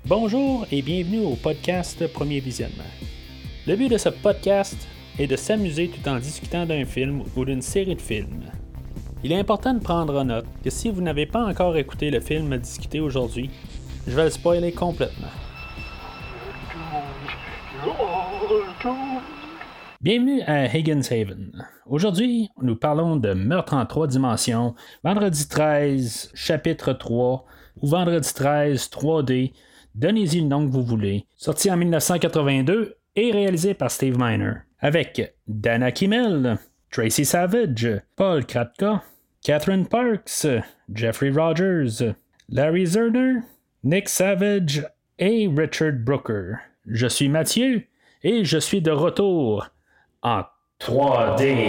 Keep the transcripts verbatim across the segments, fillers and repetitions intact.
Bonjour et bienvenue au podcast Premier Visionnement. Le but de ce podcast est de s'amuser tout en discutant d'un film ou d'une série de films. Il est important de prendre en note que si vous n'avez pas encore écouté le film à discuter aujourd'hui, je vais le spoiler complètement. Bienvenue à Higgins Haven. Aujourd'hui, nous parlons de Meurtre en trois dimensions, Vendredi treize, chapitre trois, ou Vendredi treize trois D, donnez-y le nom que vous voulez, sorti en dix-neuf cent quatre-vingt-deux et réalisé par Steve Miner, avec Dana Kimmel, Tracy Savage, Paul Kratka, Catherine Parks, Jeffrey Rogers, Larry Zerner, Nick Savage et Richard Brooker. Je suis Mathieu et je suis de retour en trois D.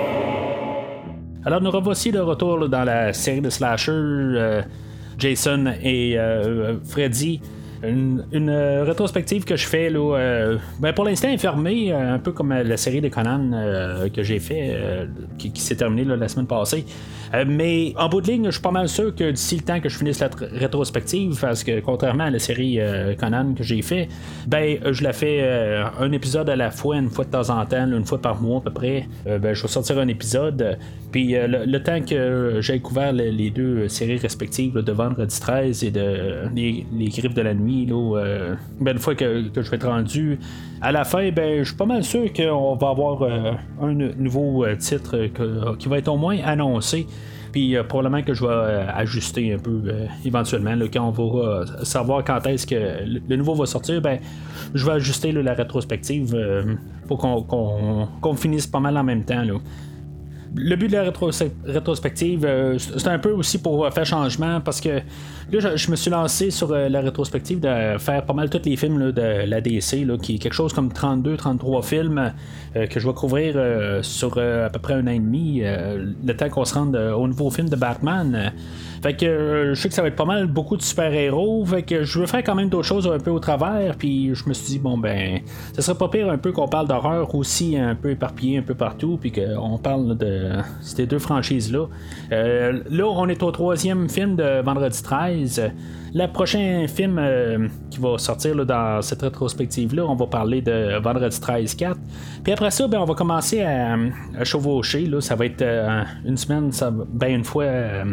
Alors nous revoici de retour là, dans la série de slasher euh, Jason et euh, Freddy. Une, une euh, rétrospective que je fais là, euh, ben pour l'instant est fermée, euh, un peu comme euh, la série de Conan euh, que j'ai fait, euh, qui, qui s'est terminée là, la semaine passée. Euh, mais en bout de ligne, je suis pas mal sûr que d'ici le temps que je finisse la tr- rétrospective, parce que contrairement à la série euh, Conan que j'ai fait, ben je la fais euh, un épisode à la fois, une fois de temps en temps, là, une fois par mois à peu près. Euh, ben je vais sortir un épisode. Puis euh, le, le temps que j'ai couvert le, les deux séries respectives là, de Vendredi treize et de euh, les, les Griffes de la nuit. Là, euh, ben une fois que, que je vais être rendu à la fin, ben je suis pas mal sûr qu'on va avoir euh, un nouveau euh, titre que, qui va être au moins annoncé. Puis euh, probablement que je vais euh, ajuster un peu euh, éventuellement là, quand on va euh, savoir quand est-ce que le, le nouveau va sortir, ben je vais ajuster là, la rétrospective euh, pour qu'on, qu'on, qu'on finisse pas mal en même temps. Là. Le but de la rétros- rétrospective, euh, c'est un peu aussi pour faire changement parce que là, je, je me suis lancé sur euh, la rétrospective de faire pas mal tous les films là, de la D C, là, qui est quelque chose comme trente-deux trente-trois films euh, que je vais couvrir euh, sur euh, à peu près un an et demi, euh, le temps qu'on se rende euh, au nouveau film de Batman. Fait que euh, je sais que ça va être pas mal beaucoup de super-héros, fait que je veux faire quand même d'autres choses un peu au travers, puis je me suis dit, bon ben, ça serait pas pire un peu qu'on parle d'horreur aussi, un peu éparpillé un peu partout, puis qu'on parle de ces deux franchises-là. Euh, là, on est au troisième film de Vendredi treize. Le prochain film euh, qui va sortir là, dans cette rétrospective-là, on va parler de Vendredi treize quatre. Puis après ça, ben, on va commencer à, à chevaucher. Là. Ça va être euh, une semaine, ça, ben une fois... Euh,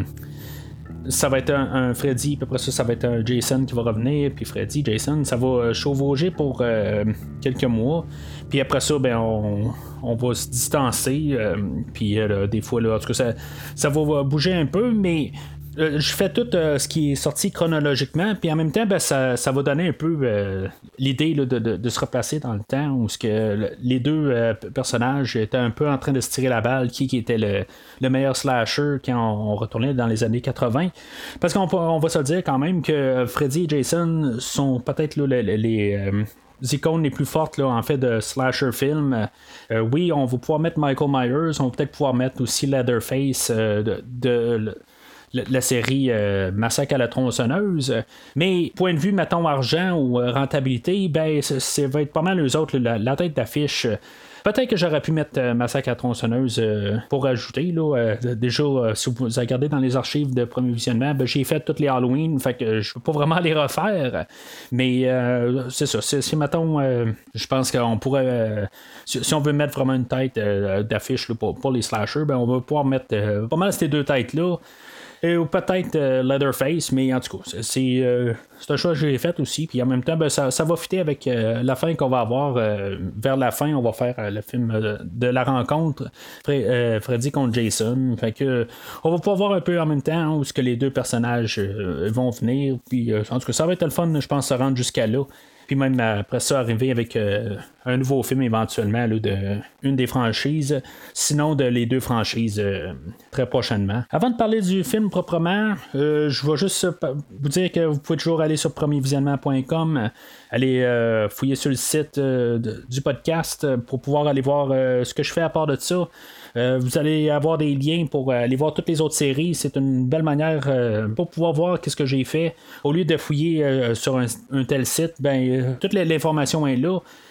ça va être un, un Freddy, puis après ça, ça va être un Jason qui va revenir, puis Freddy, Jason, ça va chevaucher pour euh, quelques mois. Puis après ça, ben on, on va se distancer, euh, puis euh, des fois, là, en tout cas, ça, ça va bouger un peu, mais euh, je fais tout euh, ce qui est sorti chronologiquement, puis en même temps, ben, ça, ça va donner un peu euh, l'idée là, de, de, de se replacer dans le temps où ce que le, les deux euh, personnages étaient un peu en train de se tirer la balle, qui, qui était le, le meilleur slasher quand on, on retournait dans les années quatre-vingts. Parce qu'on on va se dire quand même que Freddy et Jason sont peut-être là, les... les euh, icônes les plus fortes là, en fait de slasher film. Euh, oui, on va pouvoir mettre Michael Myers, on va peut-être pouvoir mettre aussi Leatherface euh, de, de, de la série euh, Massacre à la tronçonneuse, mais point de vue mettons argent ou euh, rentabilité, ben ça va être pas mal eux autres la, la tête d'affiche. Peut-être que j'aurais pu mettre euh, Massacre à la tronçonneuse euh, pour ajouter. Là, euh, déjà, euh, si vous regardez dans les archives de premier visionnement, ben, j'ai fait toutes les Halloween, fait que je peux pas vraiment les refaire. Mais euh, c'est ça. C'est, c'est mettons, euh, je pense qu'on pourrait. Euh, si, si on veut mettre vraiment une tête euh, d'affiche là, pour, pour les slashers, ben, on va pouvoir mettre euh, pas mal ces deux têtes-là. Et, ou peut-être euh, Leatherface, mais en tout cas, c'est, c'est, euh, c'est un choix que j'ai fait aussi. Puis en même temps, ben, ça, ça va fitter avec euh, la fin qu'on va avoir. Euh, vers la fin, on va faire euh, le film euh, de la rencontre, Fre- euh, Freddy contre Jason. Fait que on va pouvoir voir un peu en même temps hein, où ce que les deux personnages euh, vont venir. Puis euh, en tout cas, ça va être le fun, je pense, se rendre jusqu'à là. Puis même après ça, arriver avec euh, un nouveau film éventuellement là, de une des franchises, sinon de les deux franchises euh, très prochainement. Avant de parler du film proprement, euh, je vais juste vous dire que vous pouvez toujours aller sur premier visionnement point com, aller euh, fouiller sur le site euh, de, du podcast pour pouvoir aller voir euh, ce que je fais à part de ça. Euh, vous allez avoir des liens pour aller voir toutes les autres séries. C'est une belle manière euh, pour pouvoir voir qu'est-ce que j'ai fait. Au lieu de fouiller euh, sur un, un tel site, ben euh, toute l'information est là.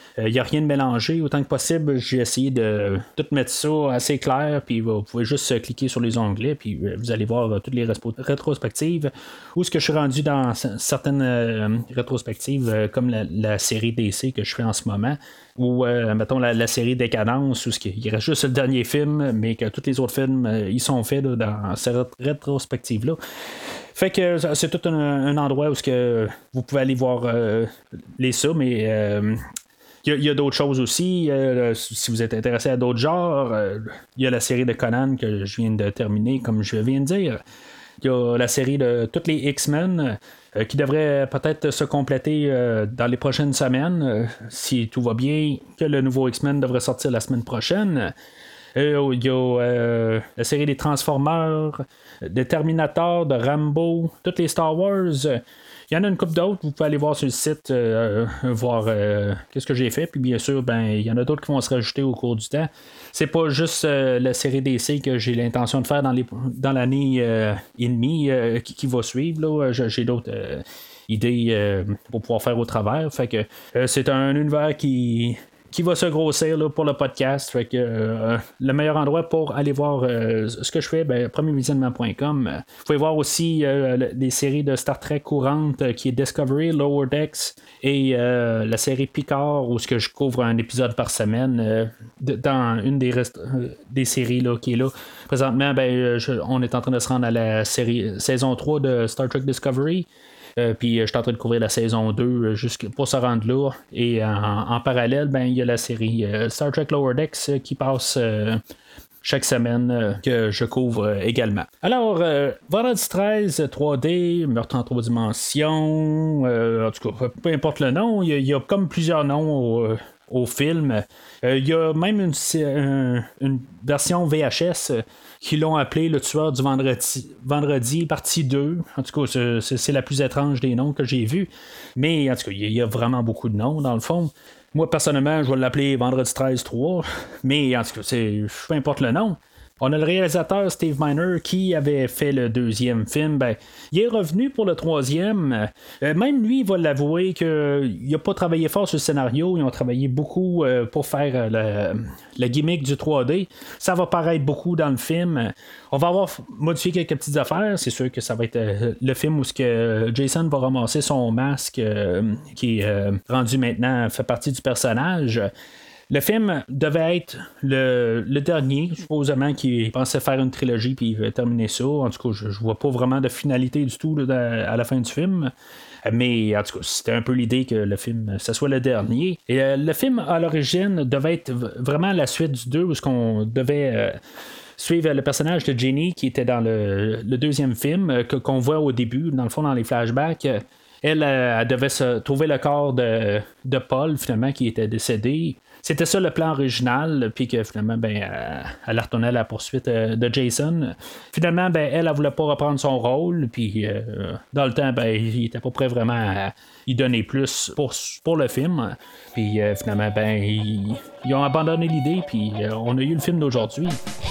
Il euh, n'y a rien de mélangé. Autant que possible, j'ai essayé de tout mettre ça assez clair, puis vous pouvez juste cliquer sur les onglets, puis vous allez voir euh, toutes les respo- rétrospectives. Où est-ce que je suis rendu dans certaines euh, rétrospectives, euh, comme la, la série D C que je fais en ce moment, ou euh, mettons la, la série Décadence, où il reste juste le dernier film, mais que tous les autres films, euh, ils sont faits là, dans ces rétrospectives-là. Fait que c'est tout un, un endroit où que vous pouvez aller voir euh, les ça, mais euh, il y, y a d'autres choses aussi. Euh, si vous êtes intéressé à d'autres genres, il euh, y a la série de Conan que je viens de terminer, comme je viens de dire. Il y a la série de toutes les X-Men euh, qui devrait peut-être se compléter euh, dans les prochaines semaines. Euh, si tout va bien, que le nouveau X-Men devrait sortir la semaine prochaine. Euh, il y a euh, la série des Transformers, des Terminators, de Rambo, toutes les Star Wars. Il y en a une couple d'autres, vous pouvez aller voir sur le site, euh, voir euh, qu'est-ce que j'ai fait. Puis bien sûr, ben il y en a d'autres qui vont se rajouter au cours du temps. C'est pas juste euh, la série D C que j'ai l'intention de faire dans, les, dans l'année euh, et demie euh, qui, qui va suivre. Là. J'ai d'autres euh, idées euh, pour pouvoir faire au travers. Fait que euh, c'est un univers qui qui va se grossir là, pour le podcast. Fait que euh, le meilleur endroit pour aller voir euh, ce que je fais, ben, premier visionnement point com. Vous pouvez voir aussi euh, les séries de Star Trek courantes euh, qui est Discovery, Lower Decks et euh, la série Picard où ce que je couvre un épisode par semaine euh, de, dans une des, rest- euh, des séries là, qui est là. Présentement, ben, je, on est en train de se rendre à la série saison trois de Star Trek Discovery. Euh, puis euh, je suis en train de couvrir la saison deux euh, jusqu'à, pour se rendre là. Et en, en parallèle, ben, il y a la série euh, Star Trek Lower Decks euh, qui passe euh, chaque semaine euh, que je couvre euh, également. Alors, euh, vendredi treize, trois D, meurtre en trois dimensions, euh, en tout cas, peu importe le nom, il y, y a comme plusieurs noms au, euh, au film. Euh, il y a même une, une, une version V H S euh, qui l'ont appelé Le tueur du vendredi, vendredi partie deux. En tout cas, c'est, c'est, c'est la plus étrange des noms que j'ai vus. Mais en tout cas, il y, y a vraiment beaucoup de noms dans le fond. Moi, personnellement, je vais l'appeler Vendredi treize trois. Mais en tout cas, c'est, peu importe le nom. On a le réalisateur Steve Miner qui avait fait le deuxième film. Ben, il est revenu pour le troisième. Euh, même lui, il va l'avouer qu'il n'a pas travaillé fort sur le scénario. Ils ont travaillé beaucoup euh, pour faire euh, le, le gimmick du trois D. Ça va paraître beaucoup dans le film. On va avoir modifié quelques petites affaires. C'est sûr que ça va être euh, le film où ce que Jason va ramasser son masque euh, qui est euh, rendu maintenant, fait partie du personnage. Le film devait être le, le dernier, supposément, qui pensait faire une trilogie puis terminer ça. En tout cas, je, je vois pas vraiment de finalité du tout là, à la fin du film. Mais en tout cas, c'était un peu l'idée que le film, ça soit le dernier. Et euh, le film, à l'origine, devait être vraiment la suite du deux, où ce qu'on devait... Euh, suivre le personnage de Jenny qui était dans le, le deuxième film euh, que, qu'on voit au début, dans le fond, dans les flashbacks. Elle, elle devait se trouver le corps de, de Paul, finalement, qui était décédé. C'était ça le plan original, puis que finalement, ben, elle, elle retournait à la poursuite euh, de Jason. Finalement, ben, elle, elle voulait pas reprendre son rôle, puis euh, dans le temps, ben, il était pas prêt vraiment à y donner plus pour, pour le film. Puis euh, finalement, ben, ils, ils ont abandonné l'idée, puis euh, on a eu le film d'aujourd'hui.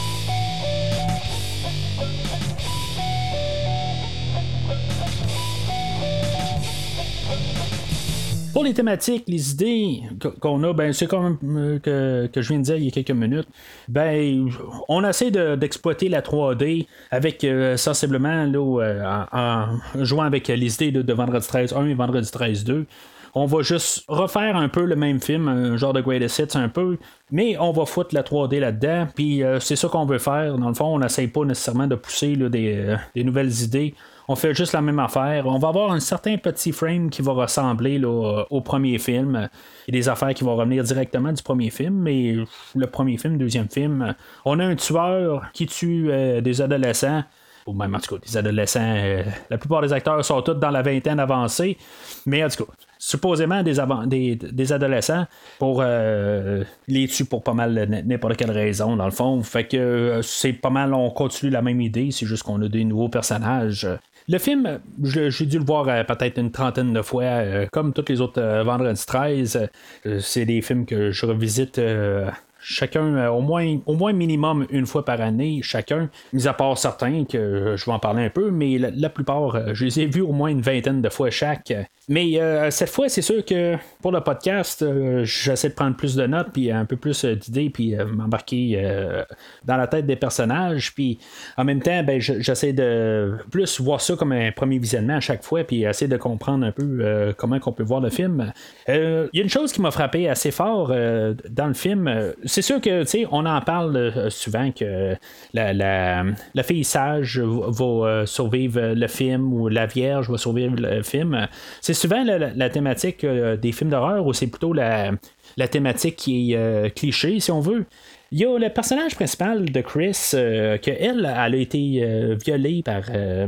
Pour les thématiques, les idées qu'on a, ben c'est comme que, que je viens de dire il y a quelques minutes. Ben, on essaie de, d'exploiter la trois D avec euh, sensiblement là, euh, en, en jouant avec les idées là, de Vendredi treize un et Vendredi treize deux. On va juste refaire un peu le même film, un genre de greatest hits un peu, mais on va foutre la trois D là-dedans, puis euh, c'est ça qu'on veut faire. Dans le fond, on n'essaye pas nécessairement de pousser là, des, euh, des nouvelles idées. On fait juste la même affaire. On va avoir un certain petit frame qui va ressembler là, au premier film. Il y a des affaires qui vont revenir directement du premier film, mais le premier film, deuxième film, on a un tueur qui tue euh, des adolescents. Ou même en tout cas, des adolescents. Euh, la plupart des acteurs sont tous dans la vingtaine avancée. Mais en tout cas, supposément des, avant- des, des adolescents pour euh, les tuer pour pas mal n'importe quelle raison, dans le fond. Fait que euh, c'est pas mal, on continue la même idée, c'est juste qu'on a des nouveaux personnages. Le film, j'ai dû le voir euh, peut-être une trentaine de fois, euh, comme tous les autres euh, Vendredi treize. Euh, c'est des films que je revisite euh, chacun, euh, au moins au moins minimum une fois par année, chacun, mis à part certains, que euh, je vais en parler un peu, mais la, la plupart, euh, je les ai vus au moins une vingtaine de fois chaque. Mais euh, cette fois, c'est sûr que pour le podcast, euh, j'essaie de prendre plus de notes, puis un peu plus euh, d'idées, puis euh, m'embarquer euh, dans la tête des personnages, puis en même temps, ben, j'essaie de plus voir ça comme un premier visionnement à chaque fois, puis essayer de comprendre un peu euh, comment on peut voir le film. Il euh, y a une chose qui m'a frappé assez fort euh, dans le film. C'est sûr que, tu sais, on en parle euh, souvent que la, la, la fille sage va, va euh, survivre le film, ou la vierge va survivre le film. C'est souvent la, la, la thématique euh, des films d'horreur, ou c'est plutôt la, la thématique qui est euh, cliché, si on veut. Il y a le personnage principal de Chris, euh, que elle, elle a été euh, violée par euh,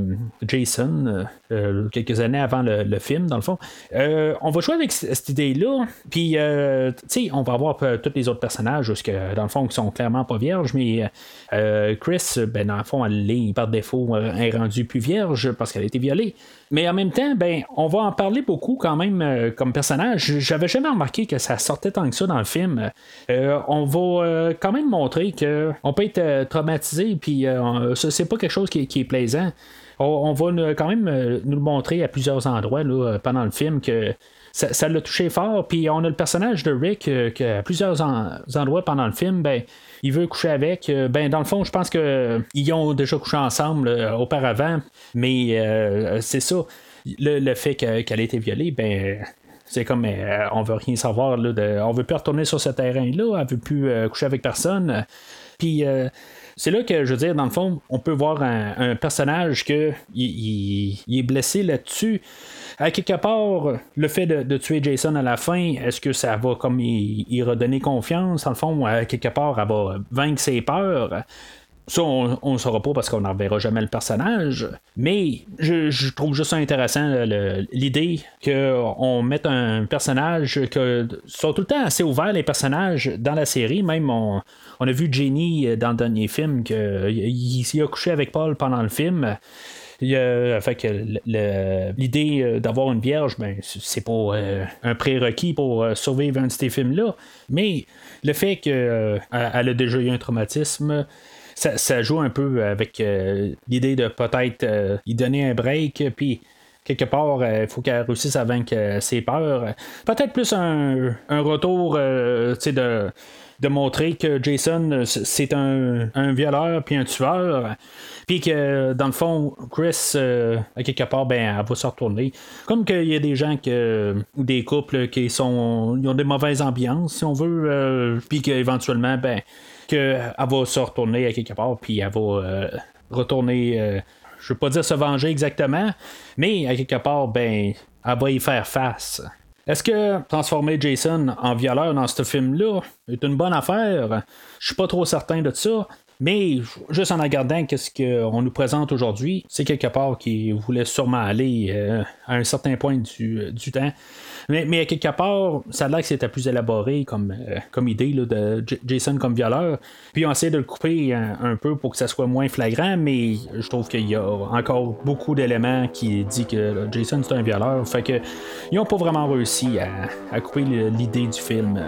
Jason euh, quelques années avant le, le film, dans le fond. Euh, on va jouer avec c- cette idée-là, puis, euh, tu sais, on va avoir euh, tous les autres personnages, parce que, dans le fond, qui sont clairement pas vierges, mais euh, Chris, ben, dans le fond, elle est, par défaut, est rendue plus vierge parce qu'elle a été violée. Mais en même temps, ben, on va en parler beaucoup quand même euh, comme personnage. J'avais jamais remarqué que ça sortait tant que ça dans le film. Euh, on va euh, quand même montrer que on peut être euh, traumatisé, puis euh, ça, c'est pas quelque chose qui, qui est plaisant. On, on va nous, quand même euh, nous le montrer à plusieurs endroits là, pendant le film que ça, ça l'a touché fort. Puis on a le personnage de Rick euh, que à plusieurs en, endroits pendant le film, ben il veut coucher avec. Euh, ben dans le fond, je pense que euh, ils ont déjà couché ensemble euh, auparavant, mais euh, c'est ça. Le, le fait que, qu'elle ait été violée, ben c'est comme euh, on veut rien savoir là, de, on veut plus retourner sur ce terrain-là, elle veut plus euh, coucher avec personne. Puis euh, c'est là que je veux dire, dans le fond, on peut voir un, un personnage que il, il, il est blessé là-dessus. À quelque part, le fait de, de tuer Jason à la fin, est-ce que ça va comme il, il redonner confiance? Dans le fond, à quelque part, elle va vaincre ses peurs. Ça, on ne saura pas parce qu'on n'en verra jamais le personnage. Mais je, je trouve juste ça intéressant, le, l'idée qu'on mette un personnage que sont tout le temps assez ouverts, les personnages dans la série. Même on, on a vu Jenny dans le dernier film qu'il il a couché avec Paul pendant le film. Il a, fait que le, le, l'idée d'avoir une vierge, ben, c'est pas euh, un prérequis pour euh, survivre un de ces films-là. Mais le fait qu'elle euh, a déjà eu un traumatisme, Ça, ça joue un peu avec euh, l'idée de peut-être euh, y donner un break, puis quelque part, il euh, faut qu'elle réussisse à vaincre euh, ses peurs. Peut-être plus un, un retour euh, de, de montrer que Jason, c'est un, un violeur puis un tueur, puis que dans le fond, Chris, euh, à quelque part, ben, elle va se retourner. Comme qu'il y a des gens que, ou des couples qui sont, ils ont des mauvaises ambiances, si on veut, euh, puis qu'éventuellement, ben, qu'elle va se retourner à quelque part, puis elle va euh, retourner, euh, je ne veux pas dire se venger exactement, mais à quelque part, ben, elle va y faire face. Est-ce que transformer Jason en violeur dans ce film-là est une bonne affaire? Je suis pas trop certain de ça. Mais juste en regardant ce qu'on nous présente aujourd'hui, c'est quelque part qui voulait sûrement aller euh, à un certain point du, du temps. Mais, mais à quelque part, ça a l'air que c'était plus élaboré comme, euh, comme idée là, de J- Jason comme violeur. Puis on essaie de le couper un, un peu pour que ça soit moins flagrant, mais je trouve qu'il y a encore beaucoup d'éléments qui disent que Jason c'est un violeur. Fait que ils n'ont pas vraiment réussi à, à couper l'idée du film.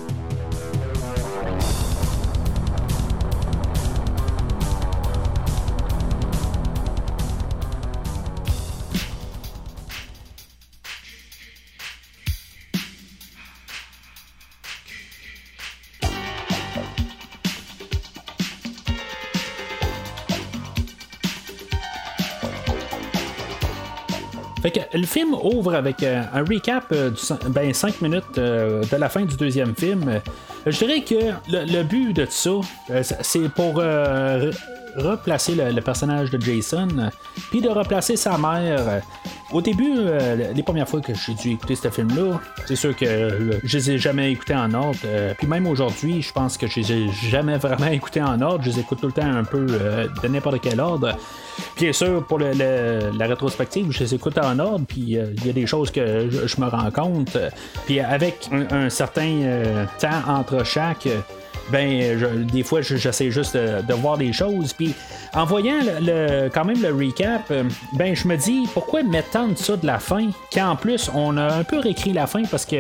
Fait que le film ouvre avec euh, un recap euh, du ben, cinq minutes euh, de la fin du deuxième film. Euh, je dirais que le, le but de tout ça, euh, c'est pour euh, replacer le, le personnage de Jason, euh, puis de replacer sa mère. Au début, euh, les premières fois que j'ai dû écouter ce film-là, c'est sûr que euh, je les ai jamais écoutés en ordre. Euh, puis même aujourd'hui, je pense que je les ai jamais vraiment écoutés en ordre. Je les écoute tout le temps un peu euh, de n'importe quel ordre. Bien sûr, pour le, le, la rétrospective, je les écoute en ordre, puis il euh, y a des choses que je, je me rends compte. Puis avec un, un certain euh, temps entre chaque, ben, je, des fois, j'essaie juste de, de voir des choses. Puis en voyant le, le, quand même le recap, ben, je me dis, pourquoi mettre tant de ça de la fin, quand en plus, on a un peu réécrit la fin parce que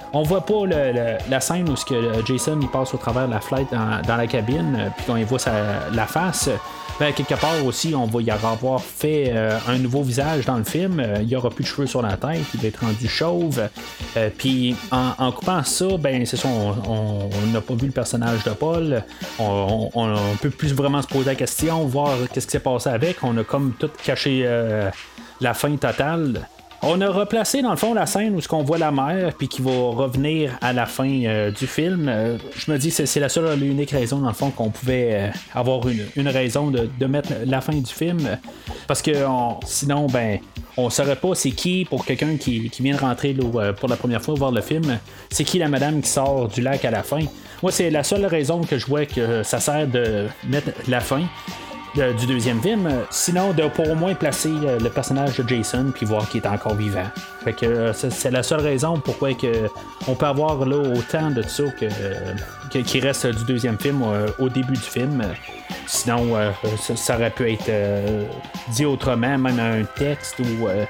On voit pas le, le, la scène où ce que Jason il passe au travers de la fenêtre dans, dans la cabine, euh, puis qu'on y voit sa, la face. Ben, quelque part aussi, on va y avoir fait euh, un nouveau visage dans le film. Euh, il n'y aura plus de cheveux sur la tête, il va être rendu chauve. Euh, puis en, en coupant ça, ben c'est ça, on n'a pas vu le personnage de Paul. On, on, on peut plus vraiment se poser la question, voir qu'est-ce qui s'est passé avec. On a comme tout caché euh, la fin totale. On a replacé dans le fond la scène où on voit la mère puis qui va revenir à la fin euh, du film. Euh, je me dis que c'est la seule et l'unique raison dans le fond qu'on pouvait euh, avoir une, une raison de, de mettre la fin du film, parce que on, sinon ben on saurait pas c'est qui, pour quelqu'un qui, qui vient de rentrer là, pour la première fois voir le film, c'est qui la madame qui sort du lac à la fin. Moi c'est la seule raison que je vois que ça sert de mettre la fin De, du deuxième film, sinon de pour au moins placer euh, le personnage de Jason puis voir qu'il est encore vivant. Fait que euh, c'est, c'est la seule raison pourquoi que on peut avoir là autant de ça que, euh, que qui reste du deuxième film euh, au début du film. Sinon euh, ça, ça aurait pu être euh, dit autrement, même un texte ou euh,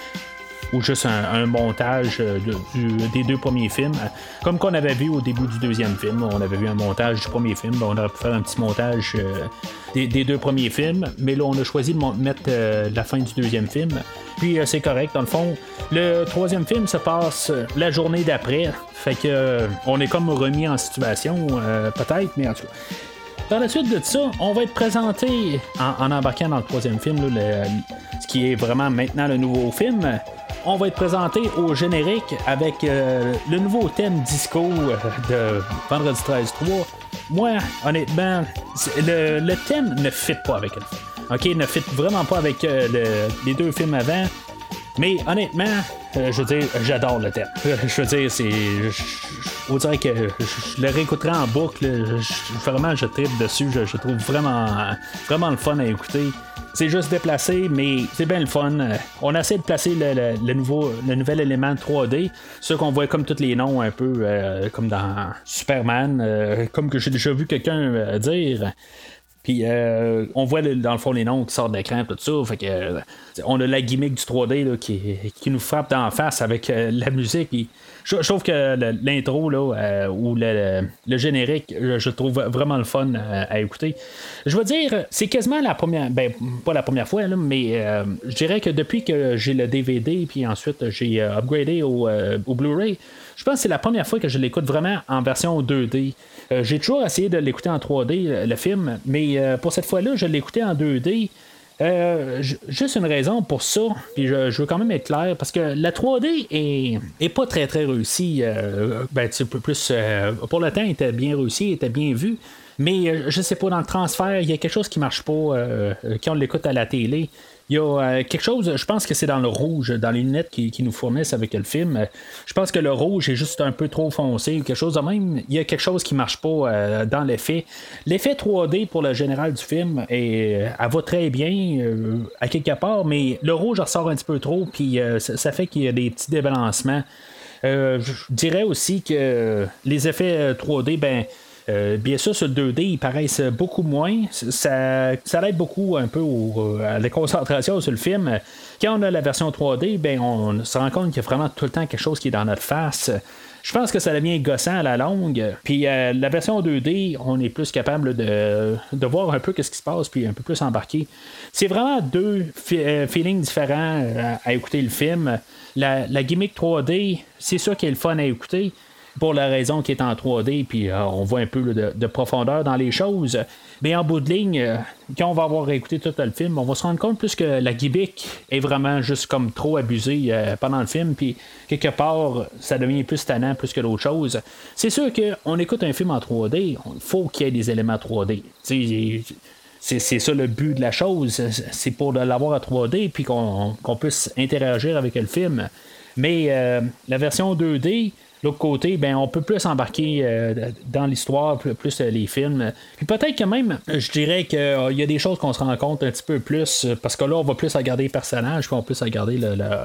ou juste un, un montage de, du, des deux premiers films. Comme qu'on avait vu au début du deuxième film, on avait vu un montage du premier film, on aurait pu faire un petit montage euh, des, des deux premiers films, mais là on a choisi de mettre euh, la fin du deuxième film. Puis euh, c'est correct, dans le fond. Le troisième film se passe la journée d'après, fait que euh, on est comme remis en situation, euh, peut-être, mais en tout cas. Par la suite de ça, on va être présenté en, en embarquant dans le troisième film, là, le, ce qui est vraiment maintenant le nouveau film. On va être présenté au générique avec euh, le nouveau thème disco de Vendredi treize trois. Moi, honnêtement, le, le thème ne fit pas avec le film. OK, ne fit vraiment pas avec euh, le, les deux films avant. Mais honnêtement, euh, je veux dire, j'adore le thème. Je veux dire, c'est. Je, on dirait que je, je le réécouterai en boucle. Je, je, vraiment, je tripe dessus. Je, je trouve vraiment, vraiment le fun à écouter. C'est juste déplacé, mais c'est bien le fun. On essaie de placer le, le, le, nouveau, le nouvel élément trois D, ceux qu'on voit comme tous les noms, un peu euh, comme dans Superman, euh, comme que j'ai déjà vu quelqu'un euh, dire. Puis euh, on voit dans le fond les noms qui sortent de l'écran, tout ça. Fait que euh, on a la gimmick du trois D là, qui, qui nous frappe d'en face avec euh, la musique. Puis, je, je trouve que le, l'intro là, euh, ou le, le, le générique, je, je trouve vraiment le fun euh, à écouter. Je veux dire, c'est quasiment la première, ben pas la première fois, là, mais euh, je dirais que depuis que j'ai le D V D, puis ensuite j'ai euh, upgradé au, euh, au Blu-ray, je pense que c'est la première fois que je l'écoute vraiment en version deux D. Euh, j'ai toujours essayé de l'écouter en trois D, le, le film, mais euh, pour cette fois-là, je l'ai écouté en deux D. Euh, j- juste une raison pour ça, puis je, je veux quand même être clair, parce que la trois D est, est pas très très réussie. Euh, ben, tu peux plus. Euh, pour le temps, elle était bien réussi, elle était bien vue. Mais euh, je sais pas, dans le transfert, il y a quelque chose qui marche pas euh, quand on l'écoute à la télé. Il y a euh, quelque chose, je pense que c'est dans le rouge, dans les lunettes qui, qui nous fournissent avec le film. Je pense que le rouge est juste un peu trop foncé ou quelque chose de même. Il y a quelque chose qui marche pas euh, dans l'effet. L'effet trois D pour le général du film, est, elle va très bien euh, à quelque part, mais le rouge ressort un petit peu trop, puis euh, ça, ça fait qu'il y a des petits débalancements. Euh, je dirais aussi que les effets trois D, ben. Euh, bien sûr, sur le deux D, ils paraissent beaucoup moins. Ça, ça aide beaucoup un peu au, à la concentration sur le film. Quand on a la version trois D, ben, on se rend compte qu'il y a vraiment tout le temps quelque chose qui est dans notre face. Je pense que ça devient gossant à la longue. Puis euh, la version deux D, on est plus capable de, de voir un peu ce qui se passe, puis un peu plus embarqué. C'est vraiment deux fi- feelings différents à, à écouter le film. La, la gimmick trois D, c'est sûr qu'il est le fun à écouter, pour la raison qui est en trois D, puis euh, on voit un peu là, de, de profondeur dans les choses. Mais en bout de ligne, euh, quand on va avoir écouté tout le film, on va se rendre compte plus que la gimmick est vraiment juste comme trop abusée euh, pendant le film, puis quelque part, ça devient plus tannant plus que d'autres choses. C'est sûr qu'on écoute un film en trois D, il faut qu'il y ait des éléments trois D. T'sais, c'est, c'est ça le but de la chose, c'est pour l'avoir à trois D, puis qu'on, qu'on puisse interagir avec le film. Mais euh, la version deux D, l'autre côté, ben, on peut plus embarquer euh, dans l'histoire, plus, plus euh, les films. Puis peut-être que même, je dirais qu'il euh, y a des choses qu'on se rend compte un petit peu plus, parce que là, on va plus regarder les personnages, puis on peut plus regarder le, le,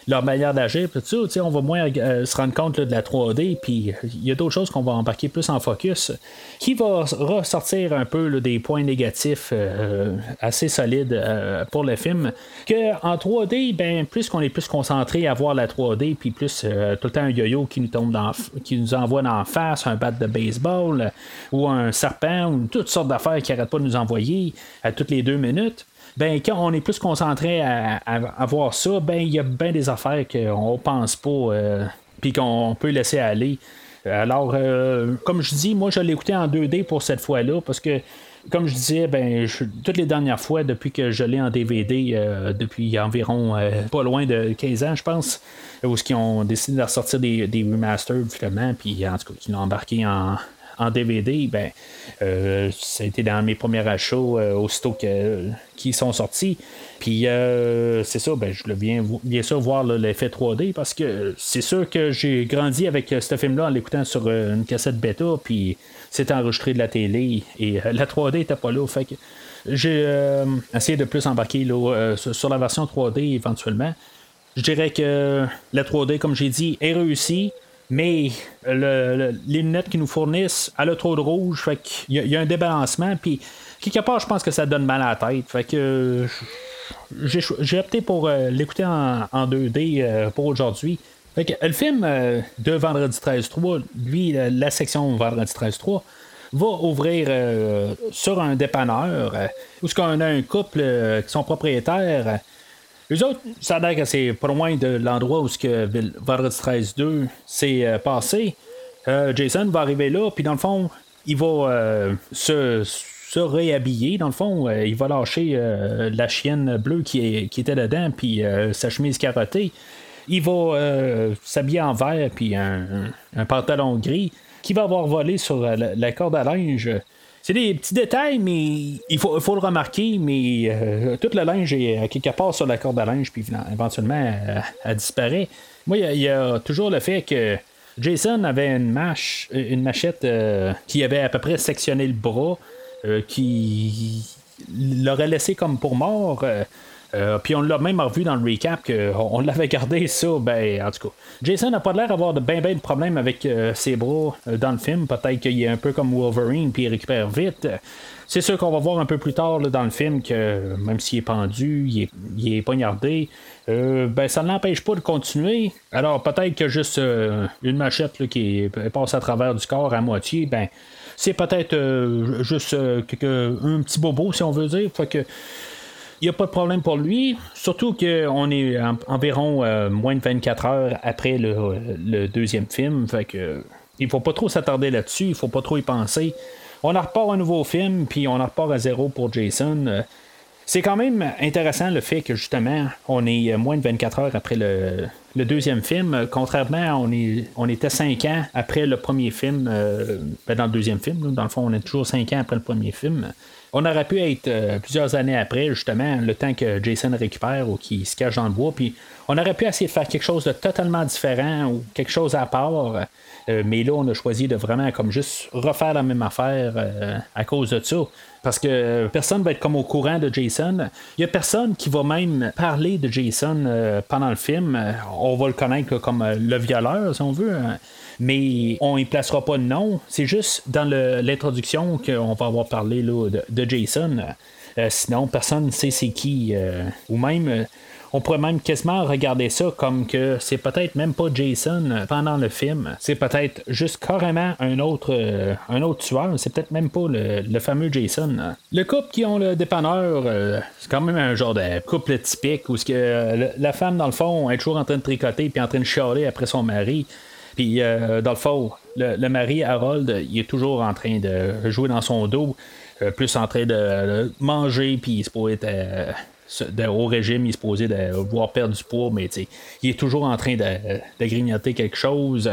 leur manière d'agir, tout ça, on va moins euh, se rendre compte là, de la trois D, puis il y a d'autres choses qu'on va embarquer plus en focus, qui va ressortir un peu là, des points négatifs euh, assez solides euh, pour le film, que en trois D, ben, plus qu'on est plus concentré à voir la trois D, puis plus euh, tout le temps un yo-yo qui nous tombe dans, qui nous envoie dans la face, un bat de baseball, euh, ou un serpent, ou toutes sortes d'affaires qui n'arrêtent pas de nous envoyer à toutes les deux minutes. Ben, quand on est plus concentré à, à, à voir ça, ben, il y a bien des affaires qu'on pense pas, euh, puis qu'on peut laisser aller. Alors, euh, comme je dis, moi, je l'ai écouté en deux D pour cette fois-là, parce que, comme je disais, ben, je, toutes les dernières fois, depuis que je l'ai en D V D, euh, depuis environ euh, pas loin de quinze ans, je pense, où ils ont décidé de ressortir des, des remasters, finalement, puis en tout cas, qui l'ont embarqué en. En D V D, ben, euh, ça a été dans mes premiers achats euh, aussitôt que, qu'ils sont sortis. Puis euh, c'est ça, ben, je le viens bien sûr voir là, l'effet trois D parce que c'est sûr que j'ai grandi avec euh, ce film-là en l'écoutant sur euh, une cassette bêta, puis c'était enregistré de la télé et euh, la trois D n'était pas là. Fait que j'ai euh, essayé de plus embarquer là, euh, sur la version trois D éventuellement. Je dirais que la trois D, comme j'ai dit, est réussie. Mais le, le, les lunettes qu'ils nous fournissent, elle a trop de rouge, fait qu'il y, a, il y a un débalancement, puis quelque part, je pense que ça donne mal à la tête. Fait que euh, j'ai, j'ai opté pour euh, l'écouter en, en deux D euh, pour aujourd'hui. Fait que le film euh, de Vendredi treize trois, lui, la, la section Vendredi treize trois, va ouvrir euh, sur un dépanneur euh, où on a un couple euh, qui sont propriétaires. Euh, Les autres, ça a l'air que c'est pas loin de l'endroit où ce que Vendredi treize deux s'est euh, passé. Euh, Jason va arriver là, puis dans le fond, il va euh, se, se réhabiller. Dans le fond, euh, il va lâcher euh, la chienne bleue qui, est, qui était dedans, puis euh, sa chemise carottée. Il va euh, s'habiller en vert, puis un, un, un pantalon gris, qui va avoir volé sur la, la corde à linge. C'est des petits détails, mais il faut, il faut le remarquer, mais euh, tout le linge est à quelque part sur la corde à linge, puis éventuellement, elle, elle disparaît. Moi, il y, y a toujours le fait que Jason avait une mâche, une machette euh, qui avait à peu près sectionné le bras, euh, qui l'aurait laissé comme pour mort. Euh, Euh, puis on l'a même revu dans le recap qu'on l'avait gardé ça, ben en tout cas. Jason n'a pas l'air d'avoir de ben ben de problèmes avec euh, ses bras euh, dans le film. Peut-être qu'il est un peu comme Wolverine puis il récupère vite. C'est sûr qu'on va voir un peu plus tard là, dans le film que même s'il est pendu, il est, il est poignardé, euh, ben ça ne l'empêche pas de continuer. Alors peut-être que juste euh, une machette là, qui est, passe à travers du corps à moitié, ben c'est peut-être euh, juste euh, quelque, un petit bobo si on veut dire. Fait que il n'y a pas de problème pour lui, surtout qu'on est en, environ euh, moins de vingt-quatre heures après le, le deuxième film. Fait que il faut pas trop s'attarder là-dessus, il faut pas trop y penser. On en repart un nouveau film, puis on en repart à zéro pour Jason. C'est quand même intéressant le fait que justement, on est moins de vingt-quatre heures après le, le deuxième film. Contrairement, on, est, on était cinq ans après le premier film, euh, ben dans le deuxième film, dans le fond, on est toujours cinq ans après le premier film. On aurait pu être euh, plusieurs années après, justement, le temps que Jason récupère ou qu'il se cache dans le bois. Puis on aurait pu essayer de faire quelque chose de totalement différent ou quelque chose à part. Euh, mais là, on a choisi de vraiment comme juste refaire la même affaire euh, à cause de ça. Parce que personne va être comme au courant de Jason. Il n'y a personne qui va même parler de Jason euh, pendant le film. On va le connaître là, comme euh, le violeur, si on veut. Hein. Mais on ne placera pas de nom. C'est juste dans le, l'introduction qu'on va avoir parlé là, de, de Jason. Euh, sinon, personne ne sait c'est qui. Euh, ou même, euh, on pourrait même quasiment regarder ça comme que c'est peut-être même pas Jason pendant le film. C'est peut-être juste carrément un autre, euh, un autre tueur. C'est peut-être même pas le, le fameux Jason. Le couple qui ont le dépanneur, euh, c'est quand même un genre de couple typique où ce que, euh, la femme, dans le fond, est toujours en train de tricoter puis en train de chialer après son mari. Puis, euh, dans le fond, le, le mari, Harold, il est toujours en train de jouer dans son dos, euh, plus en train de, de manger, puis il se pourrait être euh, de, au régime, il se posait de vouloir perdre du poids, mais il est toujours en train de, de grignoter quelque chose.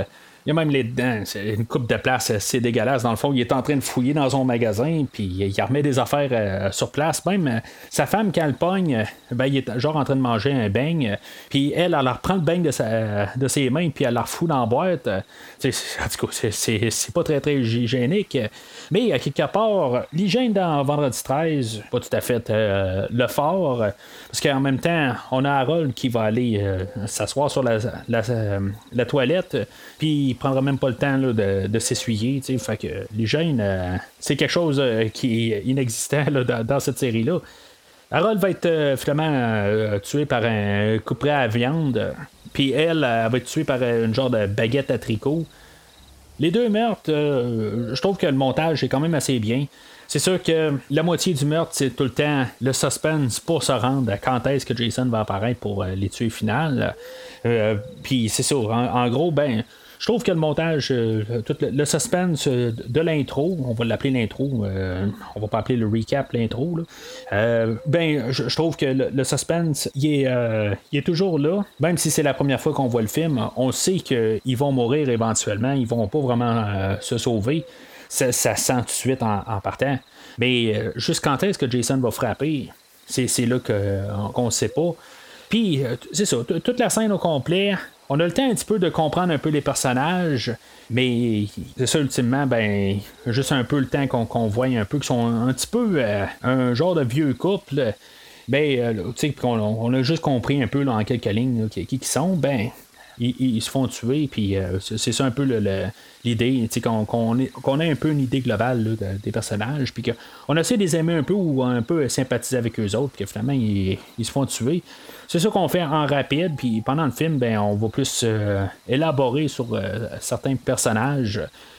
Il y a même les dents, c'est une coupe de place, c'est dégueulasse. Dans le fond, il est en train de fouiller dans son magasin, puis il remet des affaires euh, sur place. Même euh, sa femme, quand elle pogne, ben, il est genre en train de manger un beigne, puis elle, elle reprend le beigne de, sa, de ses mains, puis elle la refout dans la boîte. C'est, en tout cas, c'est, c'est, c'est pas très, très hygiénique. Mais à quelque part, l'hygiène dans Vendredi treize, pas tout à fait euh, le fort, parce qu'en même temps, on a Harold qui va aller euh, s'asseoir sur la, la, la, la toilette, puis il prendra même pas le temps là, de, de s'essuyer. Fait que l'hygiène, euh, c'est quelque chose euh, qui est inexistant là, dans, dans cette série-là. Harold va être euh, finalement euh, tué par un couperet à viande, puis elle, elle va être tuée par une genre de baguette à tricot. Les deux meurtres, euh, je trouve que le montage est quand même assez bien. C'est sûr que la moitié du meurtre, c'est tout le temps le suspense pour se rendre à quand est-ce que Jason va apparaître pour euh, les tuer final. Euh, Puis c'est ça, en, en gros, ben, je trouve que le montage, euh, tout le, le suspense de l'intro, on va l'appeler l'intro, euh, on va pas appeler le recap l'intro, là. Euh, ben, je, je trouve que le, le suspense, il est, euh, il est toujours là. Même si c'est la première fois qu'on voit le film, on sait qu'ils vont mourir éventuellement, ils vont pas vraiment euh, se sauver. Ça, ça sent tout de suite en, en partant. Mais euh, juste quand est-ce que Jason va frapper, c'est, c'est là que, qu'on ne sait pas. Puis, euh, c'est ça, t- toute la scène au complet, on a le temps un petit peu de comprendre un peu les personnages, mais c'est ça, ultimement, ben, juste un peu le temps qu'on, qu'on voit un peu, qu'ils sont un petit peu euh, un genre de vieux couple. Ben, euh, tu sais, on, on a juste compris un peu là, en quelques lignes là, qui, qui sont, ben. Ils, ils se font tuer, puis euh, c'est, c'est ça un peu le, le, l'idée, qu'on, qu'on, ait, qu'on ait un peu une idée globale là, de, des personnages, puis qu'on essaie de les aimer un peu ou un peu sympathiser avec eux autres, puis que finalement ils, ils se font tuer. C'est ça qu'on fait en rapide, puis pendant le film, ben, on va plus euh, élaborer sur euh, certains personnages.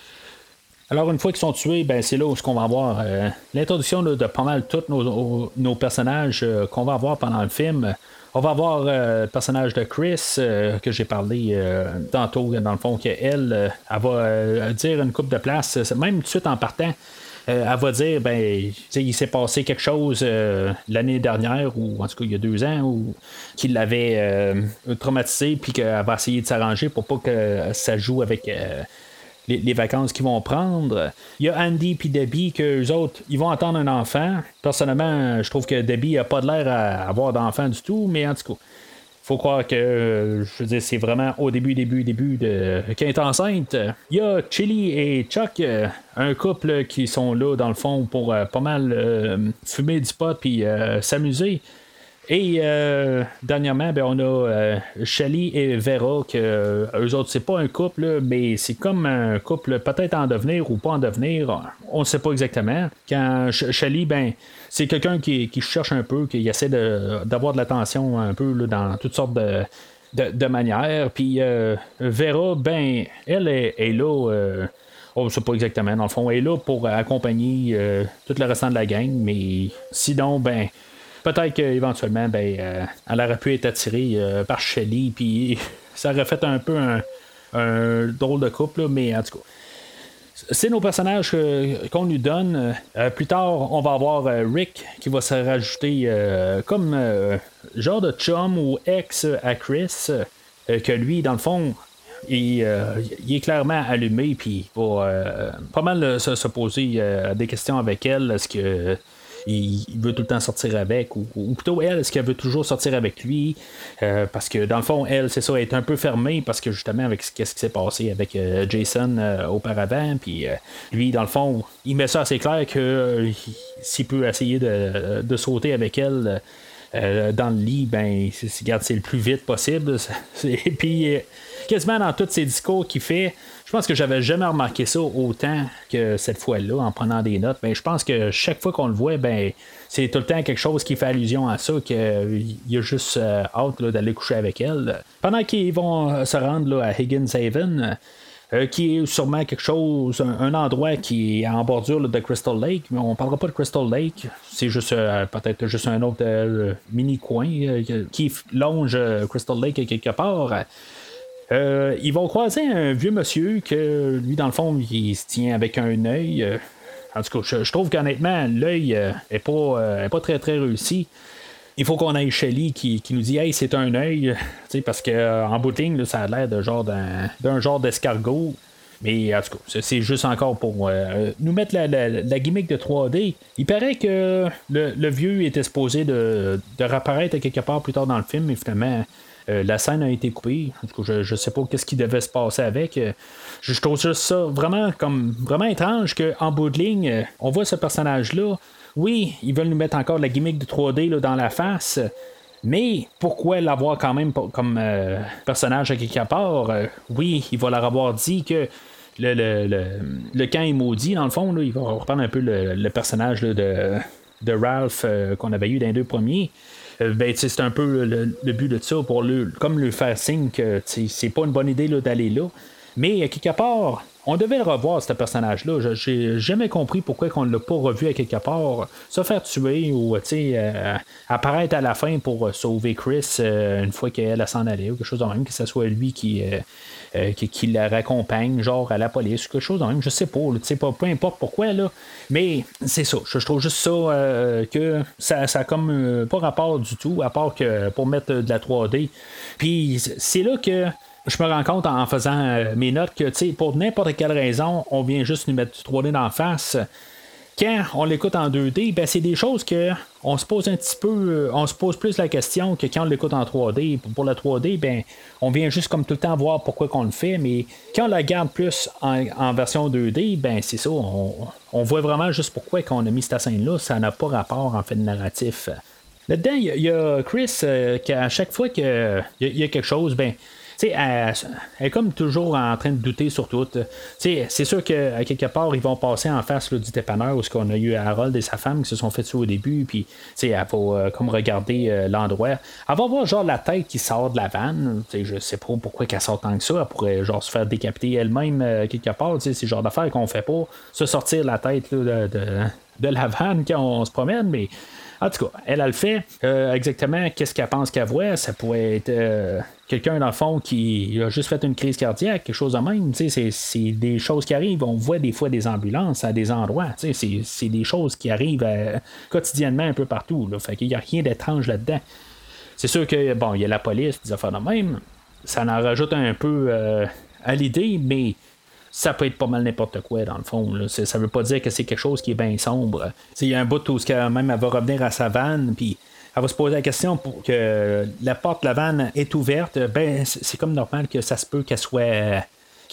Alors, une fois qu'ils sont tués, ben, c'est là où on va avoir euh, l'introduction là, de pas mal tous nos, nos personnages euh, qu'on va avoir pendant le film. On va avoir euh, le personnage de Chris, euh, que j'ai parlé euh, tantôt, dans le fond, qu'elle, euh, elle va euh, dire une coupe de place, même tout de suite en partant. Euh, elle va dire, ben, il s'est passé quelque chose euh, l'année dernière, ou en tout cas il y a deux ans, ou qui l'avait euh, traumatisé, puis qu'elle va essayer de s'arranger pour pas que ça joue avec euh, les, les vacances qu'ils vont prendre. Il y a Andy et Debbie, qu'eux autres, ils vont attendre un enfant. Personnellement, je trouve que Debbie n'a pas de l'air à avoir d'enfant du tout, mais en tout cas, faut croire que, je veux dire, c'est vraiment au début, début, début de qu'elle est enceinte. Il y a Chili et Chuck, un couple qui sont là, dans le fond, pour euh, pas mal euh, fumer du pot puis euh, s'amuser. Et euh, dernièrement, ben, on a euh, Shelly et Vera, que euh, eux autres, c'est pas un couple, là, mais c'est comme un couple peut-être en devenir ou pas en devenir. On ne sait pas exactement. Quand Sh- Shelly, ben, c'est quelqu'un qui, qui cherche un peu, qui essaie de, d'avoir de l'attention un peu là, dans toutes sortes de, de, de manières. Puis euh, Vera, ben, elle est, est là. Euh, on ne sait pas exactement, dans le fond, elle est là pour accompagner euh, tout le restant de la gang, mais sinon, ben. Peut-être qu'éventuellement, ben, euh, elle aurait pu être attirée euh, par Shelly, puis ça aurait fait un peu un, un drôle de couple, là, mais en tout cas. C'est nos personnages euh, qu'on nous donne. Euh, plus tard, on va avoir euh, Rick qui va se rajouter euh, comme euh, genre de chum ou ex à Chris, euh, que lui, dans le fond, il, euh, il est clairement allumé, puis il va euh, pas mal se, se poser euh, des questions avec elle. Est-ce que il veut tout le temps sortir avec, ou, ou plutôt elle, est-ce qu'elle veut toujours sortir avec lui, euh, parce que dans le fond, elle, c'est ça, elle est un peu fermée, parce que justement, avec ce qui s'est passé avec euh, Jason euh, auparavant, puis euh, lui, dans le fond, il met ça assez clair que euh, s'il peut essayer de, de sauter avec elle euh, dans le lit, ben, c'est, regarde, c'est le plus vite possible. Et puis, euh, quasiment dans tous ses discours qu'il fait, je pense que j'avais jamais remarqué ça autant que cette fois-là, en prenant des notes. Ben, je pense que chaque fois qu'on le voit, ben, c'est tout le temps quelque chose qui fait allusion à ça, qu'il y a juste euh, hâte là, d'aller coucher avec elle. Pendant qu'ils vont se rendre là, à Higgins Haven, euh, qui est sûrement quelque chose, un, un endroit qui est en bordure là, de Crystal Lake, mais on ne parlera pas de Crystal Lake, c'est juste euh, peut-être juste un autre euh, mini-coin euh, qui longe euh, Crystal Lake quelque part. Euh, ils vont croiser un vieux monsieur que lui, dans le fond, il se tient avec un œil. Euh, en tout cas, je, je trouve qu'honnêtement, l'œil euh, est pas, euh, est pas très très réussi. il faut qu'on aille Shelley qui, qui nous dit hey, c'est un œil, parce qu'en bout de ligne, là, ça a l'air de genre d'un, d'un genre d'escargot. Mais en tout cas, c'est juste encore pour euh, nous mettre la, la, la gimmick de trois D. Il paraît que le, le vieux était supposé de, de réapparaître quelque part plus tard dans le film, mais finalement, euh, la scène a été coupée. En tout cas, je, je sais pas qu'est-ce qui devait se passer avec. Je, je trouve juste ça vraiment comme vraiment étrange qu'en bout de ligne, on voit ce personnage-là. Oui, ils veulent nous mettre encore la gimmick de trois D là, dans la face. Mais pourquoi l'avoir quand même comme euh, personnage à quelque part? Euh, oui, il va leur avoir dit que le, le, le, le camp est maudit, dans le fond. Là, il va reprendre un peu le, le personnage là, de, de Ralph euh, qu'on avait eu dans les deux premiers. Euh, ben, c'est un peu le, le but de ça pour le, comme lui faire signe que c'est pas une bonne idée là, d'aller là. Mais à quelque part, on devait le revoir, ce personnage-là. J'ai jamais compris pourquoi on ne l'a pas revu à quelque part. Se faire tuer ou euh, apparaître à la fin pour sauver Chris euh, une fois qu'elle s'en allait ou quelque chose de même, que ce soit lui qui, euh, euh, qui, qui la raccompagne, genre à la police ou quelque chose de même. Je sais pas, là, pas, peu importe pourquoi, là. Mais c'est ça. Je, je trouve juste ça euh, que ça, ça a comme euh, pas rapport du tout, à part que pour mettre de la trois D. Puis c'est là que je me rends compte en faisant euh, mes notes que pour n'importe quelle raison, on vient juste nous mettre du trois D d'en face. Quand on l'écoute en deux D, ben c'est des choses que on se pose un petit peu, euh, on se pose plus la question que quand on l'écoute en trois D. Pour la trois D, ben on vient juste comme tout le temps voir pourquoi qu'on le fait, mais quand on la garde plus en, en version deux D, ben c'est ça, on, on voit vraiment juste pourquoi qu'on a mis cette scène-là, ça n'a pas rapport en fait de narratif. Là-dedans, il y, y a Chris euh, qu'à chaque fois qu'il y, y a quelque chose, ben tu sais, elle, elle est comme toujours en train de douter sur tout. C'est sûr qu'à quelque part, ils vont passer en face là, du dépanneur où on a eu Harold et sa femme qui se sont fait tuer au début. Puis, elle va euh, comme regarder euh, l'endroit. Elle va voir genre la tête qui sort de la vanne. T'sais, je sais pas pourquoi qu'elle sort tant que ça. Elle pourrait genre se faire décapiter elle-même euh, quelque part. C'est le genre d'affaires qu'on fait pas. Se sortir la tête là, de, de, de la vanne quand on se promène. Mais en tout cas, elle, elle le fait. Euh, exactement, qu'est-ce qu'elle pense qu'elle voit? Ça pourrait être euh, quelqu'un, dans le fond, qui a juste fait une crise cardiaque, quelque chose de même. C'est, c'est des choses qui arrivent. On voit des fois des ambulances à des endroits. C'est, c'est des choses qui arrivent euh, quotidiennement un peu partout. Là. Fait qu'il n'y a rien d'étrange là-dedans. C'est sûr que, bon, il y a la police, des affaires de même. Ça en rajoute un peu euh, à l'idée, mais ça peut être pas mal n'importe quoi dans le fond. Là. Ça veut pas dire que c'est quelque chose qui est bien sombre. Il y a un bout où même elle va revenir à sa vanne, puis elle va se poser la question pour que la porte de la vanne est ouverte. Ben c'est comme normal que ça se peut qu'elle soit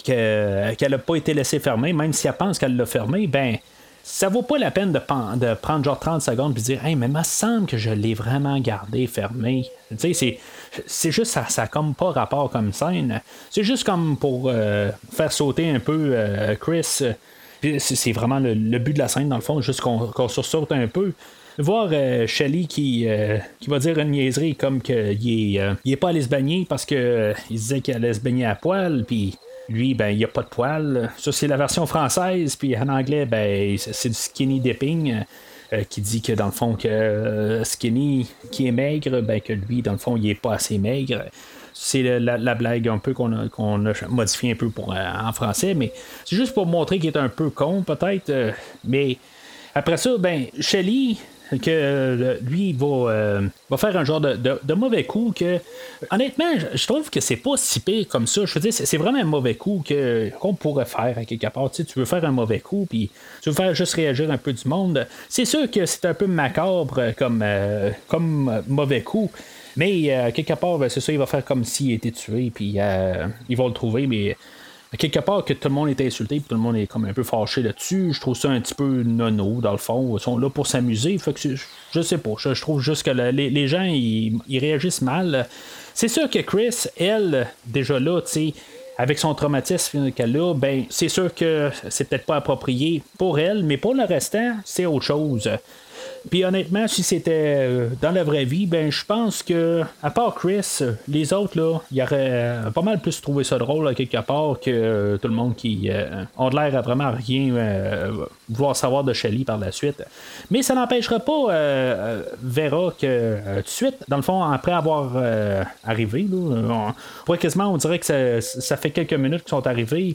que, qu'elle n'a pas été laissée fermer, même si elle pense qu'elle l'a fermée, ben ça vaut pas la peine de, de prendre genre trente secondes et dire hey, mais il me semble que je l'ai vraiment gardé fermé. Tu sais, c'est, c'est juste ça, ça a comme pas rapport comme scène. C'est juste comme pour euh, faire sauter un peu euh, Chris. Puis c'est, c'est vraiment le, le but de la scène, dans le fond, juste qu'on, qu'on sursaute un peu. Voir euh, Shelley qui, euh, qui va dire une niaiserie comme qu'il est, euh, il est pas allé se baigner parce qu'il euh, disait qu'il allait se baigner à poil, puis lui, ben, il n'y a pas de poils. Ça, c'est la version française. Puis en anglais, ben, c'est du skinny dipping euh, qui dit que dans le fond, que euh, skinny qui est maigre, ben, que lui, dans le fond, il n'est pas assez maigre. C'est la, la blague un peu qu'on a, qu'on a modifié un peu pour, euh, en français. Mais c'est juste pour montrer qu'il est un peu con, peut-être. Euh, mais après ça, ben, Shelley, que euh, lui va, euh, va faire un genre de, de, de mauvais coup que honnêtement je, je trouve que c'est pas si pire comme ça. Je veux dire, c'est, c'est vraiment un mauvais coup que, qu'on pourrait faire à quelque part. Tu sais, tu veux faire un mauvais coup puis tu veux faire juste réagir un peu du monde. C'est sûr que c'est un peu macabre comme, euh, comme mauvais coup. Mais euh, quelque part, ben, c'est ça, il va faire comme s'il était tué puis euh, ils vont le trouver, mais quelque part que tout le monde est insulté puis tout le monde est comme un peu fâché là-dessus, je trouve ça un petit peu nono dans le fond. Ils sont là pour s'amuser, fait que je sais pas, je, je trouve juste que le, les, les gens ils, ils réagissent mal. C'est sûr que Chris, elle, déjà là, tu sais, avec son traumatisme qu'elle a, ben c'est sûr que c'est peut-être pas approprié pour elle, mais pour le restant, c'est autre chose. Puis honnêtement, si c'était dans la vraie vie, ben je pense que, à part Chris, les autres, là, il y aurait pas mal plus trouvé ça drôle à quelque part que euh, tout le monde qui euh, ont l'air à vraiment rien euh, vouloir savoir de Shelley par la suite. Mais ça n'empêchera pas euh, Vera que euh, tout de suite, dans le fond, après avoir euh, arrivé, là, on pourrait quasiment, on dirait que ça, ça fait quelques minutes qu'ils sont arrivés.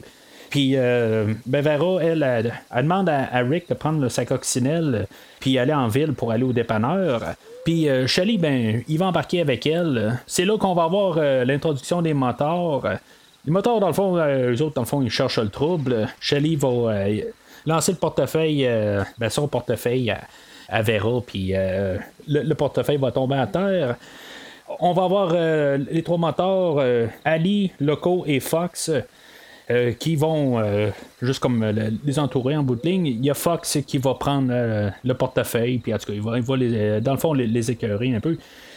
Puis euh, ben Vera, elle, elle, elle demande à, à Rick de prendre là, sa coccinelle puis aller en ville pour aller au dépanneur. Puis euh, Shelly, ben, il va embarquer avec elle. C'est là qu'on va avoir euh, l'introduction des motards. Les motards, dans le fond, euh, eux autres, dans le fond, ils cherchent le trouble. Shelly va euh, lancer le portefeuille, euh, ben, son portefeuille à, à Vera, puis euh, le, le portefeuille va tomber à terre. On va avoir euh, les trois motards, euh, Ali, Loco et Fox, euh, qui vont euh, juste comme euh, les entourer en bout de ligne. Il y a Fox qui va prendre euh, le portefeuille, puis en tout cas, il va, il va les, dans le fond les, les écœurer un peu.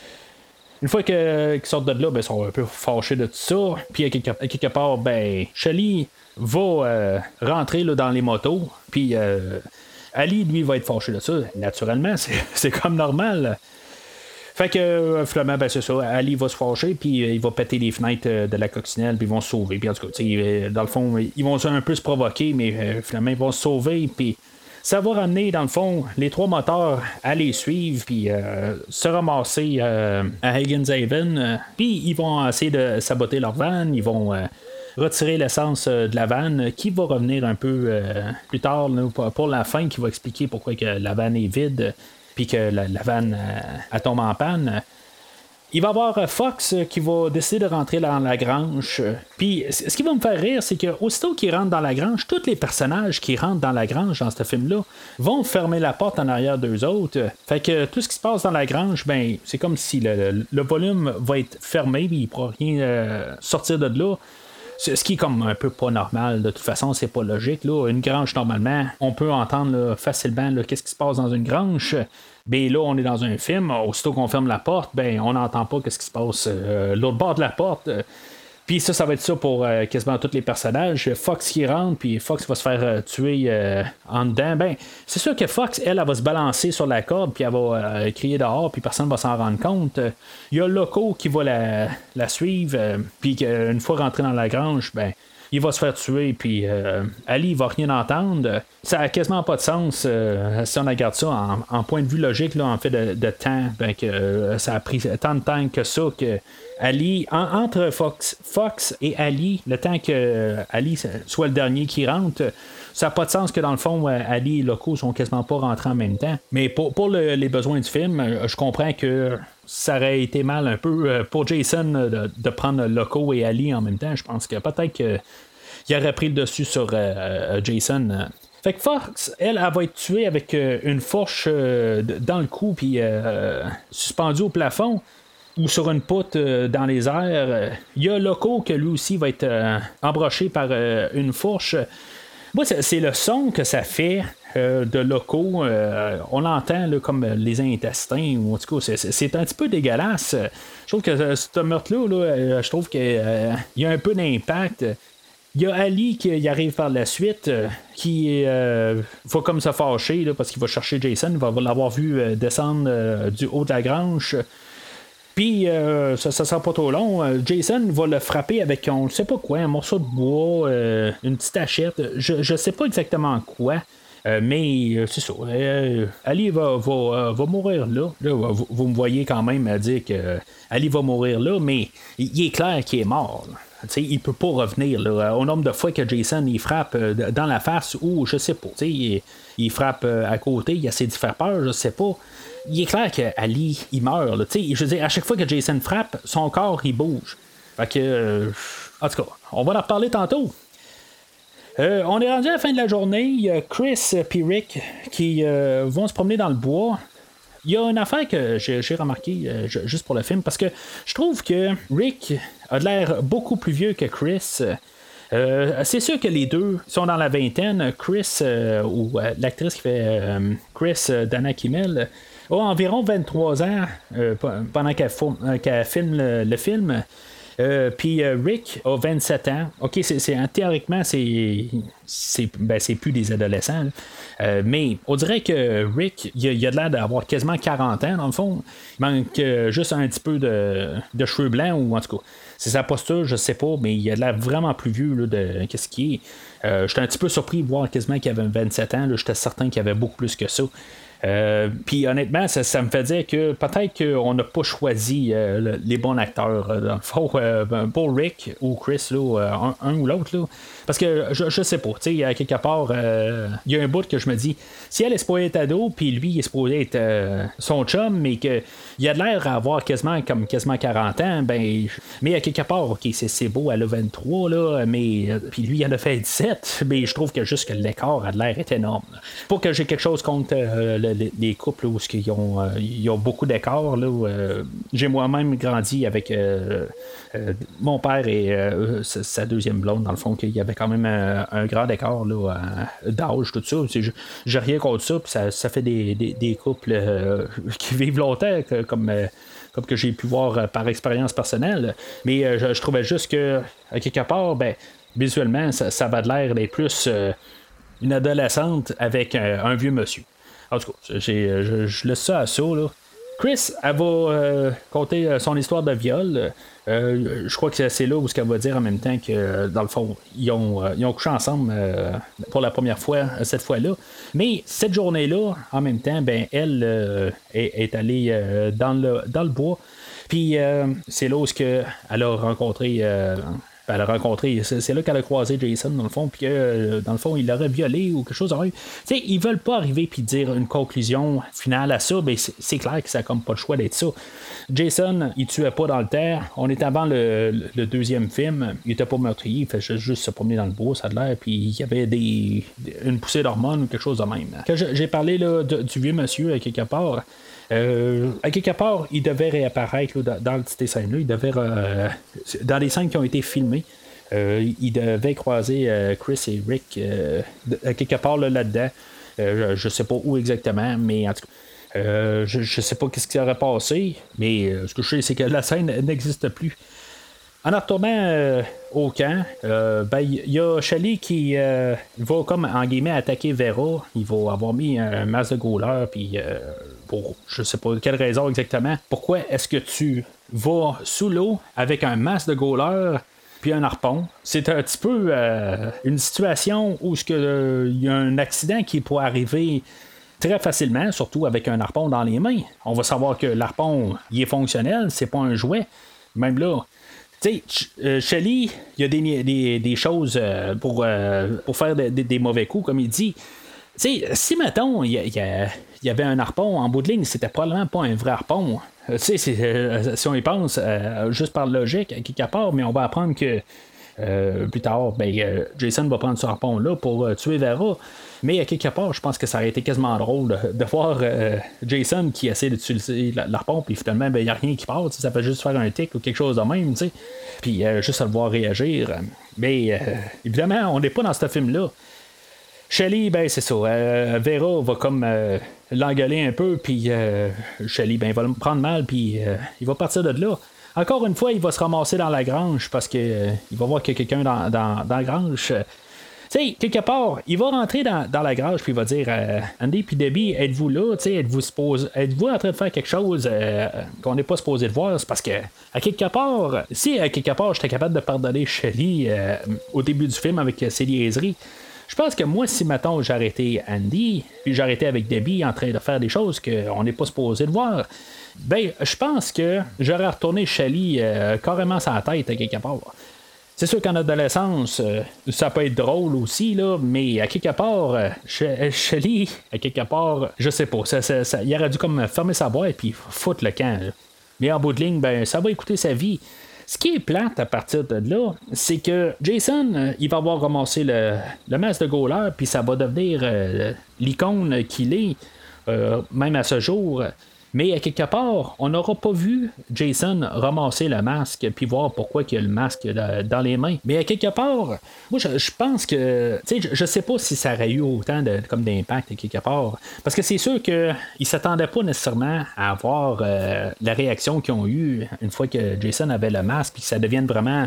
Une fois que, qu'ils sortent de là, ben, ils sont un peu fâchés de tout ça. Puis quelque, quelque part, ben, Shelly va euh, rentrer là, dans les motos. Puis euh, Ali, lui, va être fâché de ça. Naturellement, c'est, c'est comme normal. Fait que, euh, finalement, ben, c'est ça. Ali va se fâcher, puis euh, il va péter les fenêtres euh, de la coccinelle, puis ils vont se sauver. Puis en tout cas, euh, dans le fond, ils vont un peu se provoquer, mais euh, finalement, ils vont se sauver, puis ça va ramener, dans le fond, les trois moteurs à les suivre, puis euh, se ramasser euh, à Higgins Haven. Euh, puis ils vont essayer de saboter leur van, ils vont euh, retirer l'essence euh, de la vanne, qui va revenir un peu euh, plus tard là, pour la fin, qui va expliquer pourquoi que la vanne est vide, puis que la, la vanne euh, elle tombe en panne. Il va y avoir Fox qui va décider de rentrer dans la grange. Puis ce qui va me faire rire, c'est que aussitôt qu'il rentre dans la grange, tous les personnages qui rentrent dans la grange dans ce film-là vont fermer la porte en arrière d'eux autres. Fait que tout ce qui se passe dans la grange, ben c'est comme si le, le, le volume va être fermé, puis il ne pourra rien euh, sortir de là. Ce qui est comme un peu pas normal. De toute façon, c'est pas logique. Là. Une grange, normalement, on peut entendre là, facilement là, qu'est-ce qui se passe dans une grange. Ben là, on est dans un film. Aussitôt qu'on ferme la porte, ben on n'entend pas qu'est-ce qui se passe euh, l'autre bord de la porte. Puis ça, ça va être ça pour euh, quasiment tous les personnages. Fox qui rentre, puis Fox va se faire euh, tuer euh, en dedans. Ben, c'est sûr que Fox, elle, elle va se balancer sur la corde, puis elle va euh, crier dehors, puis personne ne va s'en rendre compte. Il y a Loco qui va la, la suivre, euh, puis une fois rentré dans la grange, ben, il va se faire tuer, puis euh, Ali, il va rien entendre. Ça a quasiment pas de sens euh, si on regarde ça en, en point de vue logique, là, en fait, de, de temps. Ben, que, euh, ça a pris tant de temps que ça que Ali, en, entre Fox, Fox et Ali, le temps que euh, Ali soit le dernier qui rentre, ça n'a pas de sens que dans le fond, euh, Ali et Loco sont quasiment pas rentrés en même temps. Mais pour, pour le, les besoins du film, euh, je comprends que ça aurait été mal un peu euh, pour Jason euh, de, de prendre Loco et Ali en même temps. Je pense que peut-être qu'il aurait pris le dessus sur euh, Jason. Euh. Fait que Fox, elle, elle va être tuée avec euh, une fourche euh, dans le cou, puis euh, suspendue au plafond ou sur une poutre euh, dans les airs. Il y a Loco que lui aussi va être euh, embroché par euh, une fourche. Moi, c'est, c'est le son que ça fait euh, de Loco. Euh, on l'entend là, comme les intestins, ou en tout cas, c'est, c'est un petit peu dégueulasse. Je trouve que euh, ce meurtre-là, là, euh, je trouve qu'il euh, y a un peu d'impact. Il y a Ali qui y arrive par la suite, euh, qui euh, va comme se fâcher là, parce qu'il va chercher Jason. Il va l'avoir vu euh, descendre euh, du haut de la grange. Puis, euh, ça ne sera pas trop long. Jason va le frapper avec, on ne sait pas quoi, un morceau de bois, euh, une petite hachette. Je ne sais pas exactement quoi. Euh, mais euh, c'est ça. Euh, Ali va, va, euh, va mourir là. là vous, vous me voyez quand même dire que euh, Ali va mourir là, mais il est clair qu'il est mort. T'sais, il peut pas revenir là, au nombre de fois que Jason il frappe euh, dans la face ou je sais pas. Il, il frappe euh, à côté, il essaie de faire peur, je sais pas. Il est clair que Ali il meurt. Là, je veux dire, à chaque fois que Jason frappe, son corps il bouge. Fait que, euh, en tout cas, on va en reparler tantôt. Euh, on est rendu à la fin de la journée. Il y a Chris et Rick qui euh, vont se promener dans le bois. Il y a une affaire que j'ai, j'ai remarqué euh, juste pour le film, parce que je trouve que Rick a de l'air beaucoup plus vieux que Chris. Euh, c'est sûr que les deux sont dans la vingtaine. Chris, euh, ou euh, l'actrice qui fait euh, Chris, euh, Dana Kimmel, a environ vingt-trois ans euh, pendant qu'elle, f- qu'elle filme le, le film. Euh, Puis euh, Rick a vingt-sept ans. OK, c'est, c'est, théoriquement, c'est, c'est, ben, c'est plus des adolescents. Euh, mais on dirait que Rick, il a, il a l'air d'avoir quasiment quarante ans, dans le fond. Il manque euh, juste un petit peu de, de cheveux blancs, ou en tout cas, c'est sa posture, je sais pas, mais il a l'air vraiment plus vieux là, de qu'est-ce qui est. Euh, j'étais un petit peu surpris de voir quasiment qu'il avait vingt-sept ans. Là, j'étais certain qu'il avait beaucoup plus que ça. Euh, Puis honnêtement, ça, ça me fait dire que peut-être qu'on n'a pas choisi euh, le, les bons acteurs, euh, dans le fond, euh, pour Rick ou Chris, là, euh, un, un ou l'autre. Là. Parce que je, je sais pas, tu sais, à quelque part, euh, il y a un bout que je me dis, si elle est supposée être ado, puis lui il est supposé être euh, son chum, mais qu'il a de l'air à avoir quasiment comme quasiment quarante ans, ben, mais à quelque part, ok, c'est, c'est beau, elle a vingt-trois, là, mais puis lui il en a fait dix-sept, mais je trouve que juste que l'écart a de l'air est énorme. Pas que j'ai quelque chose contre euh, le, les, les couples où ils ont, euh, ils ont beaucoup d'écart, là, où, euh, j'ai moi-même grandi avec euh, euh, mon père et euh, sa deuxième blonde, dans le fond, qu'il y avait quand même un, un grand écart là, d'âge, tout ça. C'est, j'ai rien contre ça, puis ça, ça fait des, des, des couples euh, qui vivent longtemps, que, comme, euh, comme que j'ai pu voir euh, par expérience personnelle. Mais euh, je, je trouvais juste que, à quelque part, ben, visuellement, ça, ça va de l'air d'être plus euh, une adolescente avec euh, un vieux monsieur. En tout cas, j'ai, je, je laisse ça à ça, là. Chris, elle va euh, conter son histoire de viol. Euh, je crois que c'est là où ce qu'elle va dire en même temps que, dans le fond, ils ont, ils ont couché ensemble euh, pour la première fois, cette fois-là. Mais cette journée-là, en même temps, ben, elle euh, est, est allée euh, dans, le, dans le bois. Puis euh, c'est là où ce que elle a rencontré... Euh, elle a rencontré, c'est, c'est là qu'elle a croisé Jason, dans le fond, puis que, euh, dans le fond, il l'aurait violé ou quelque chose. Tu sais, ils veulent pas arriver puis dire une conclusion finale à ça, mais c'est, c'est clair que ça n'a comme pas le choix d'être ça. Jason, il tuait pas dans le terre. On est avant le, le deuxième film. Il était pas meurtrier, il fait juste se promener dans le bois, ça a l'air, puis il y avait des, une poussée d'hormones ou quelque chose de même. Quand j'ai parlé là, de, du vieux monsieur, à quelque part, Euh, à quelque part, il devait réapparaître là, dans, dans ces scènes-là. Il devait, euh, dans les scènes qui ont été filmées, euh, il devait croiser euh, Chris et Rick euh, à quelque part là, là-dedans. Euh, je ne sais pas où exactement, mais en tout cas, euh, je ne sais pas ce qui aurait passé, mais euh, ce que je sais, c'est que la scène n'existe plus. En retournant euh, au camp, euh, ben il y a Shelley qui euh, va comme en guillemets attaquer Vera. Il va avoir mis un masque de goaler, puis euh, pour je sais pas quelle raison exactement. Pourquoi est-ce que tu vas sous l'eau avec un masque de goaler puis un harpon? C'est un petit peu euh, une situation où il euh, y a un accident qui pourrait arriver très facilement, surtout avec un harpon dans les mains. On va savoir que l'harpon il est fonctionnel, c'est pas un jouet. Même là. Tu sais, euh, Shelley, il y a des, des, des choses euh, pour, euh, pour faire des, des, des mauvais coups, comme il dit. Tu sais, si, mettons, il y, y, y avait un harpon en bout de ligne, c'était probablement pas un vrai harpon. Euh, tu sais, euh, si on y pense, euh, juste par logique, à quelque part, mais on va apprendre que euh, plus tard, ben, euh, Jason va prendre ce harpon-là pour euh, tuer Vera. Mais à quelque part, je pense que ça aurait été quasiment drôle de, de voir euh, Jason qui essaie d'utiliser l'arpon, puis finalement, il ben, n'y a rien qui passe. Ça fait juste faire un tic ou quelque chose de même, tu sais. Puis euh, juste à le voir réagir. Mais euh, évidemment, on n'est pas dans ce film-là. Shelley, ben c'est ça. Euh, Vera va comme euh, l'engueuler un peu, puis euh, Shelley, ben, il va le prendre mal, puis euh, il va partir de là. Encore une fois, il va se ramasser dans la grange parce qu'il euh, va voir qu'il y a quelqu'un dans, dans, dans la grange. Tu sais, quelque part, il va rentrer dans, dans la grange puis il va dire euh, Andy puis Debbie, êtes-vous là? T'sais, êtes-vous, suppose, êtes-vous en train de faire quelque chose euh, qu'on n'est pas supposé de voir? C'est parce que, à quelque part, si à quelque part j'étais capable de pardonner Shelley euh, au début du film avec ses liaiseries, je pense que moi, si mettons j'ai arrêté Andy, puis j'ai arrêté avec Debbie en train de faire des choses qu'on n'est pas supposé de voir, ben, je pense que j'aurais retourné Shelley euh, carrément sur la tête à quelque part. C'est sûr qu'en adolescence, euh, ça peut être drôle aussi, là, mais à quelque part, euh, Shelley, à quelque part, je sais pas, ça, ça, ça, il aurait dû comme fermer sa boîte et puis foutre le camp. Là. Mais en bout de ligne, ben, ça va écouter sa vie. Ce qui est plate à partir de là, c'est que Jason, euh, il va avoir ramassé le, le masque de goaler, puis ça va devenir euh, l'icône qu'il est, euh, même à ce jour. Mais à quelque part, on n'aura pas vu Jason ramasser le masque puis voir pourquoi il y a le masque dans les mains. Mais à quelque part, moi je, je pense que, tu sais, je, je sais pas si ça aurait eu autant de, comme d'impact à quelque part. Parce que c'est sûr qu'ils ne s'attendaient pas nécessairement à avoir euh, la réaction qu'ils ont eue une fois que Jason avait le masque puis que ça devienne vraiment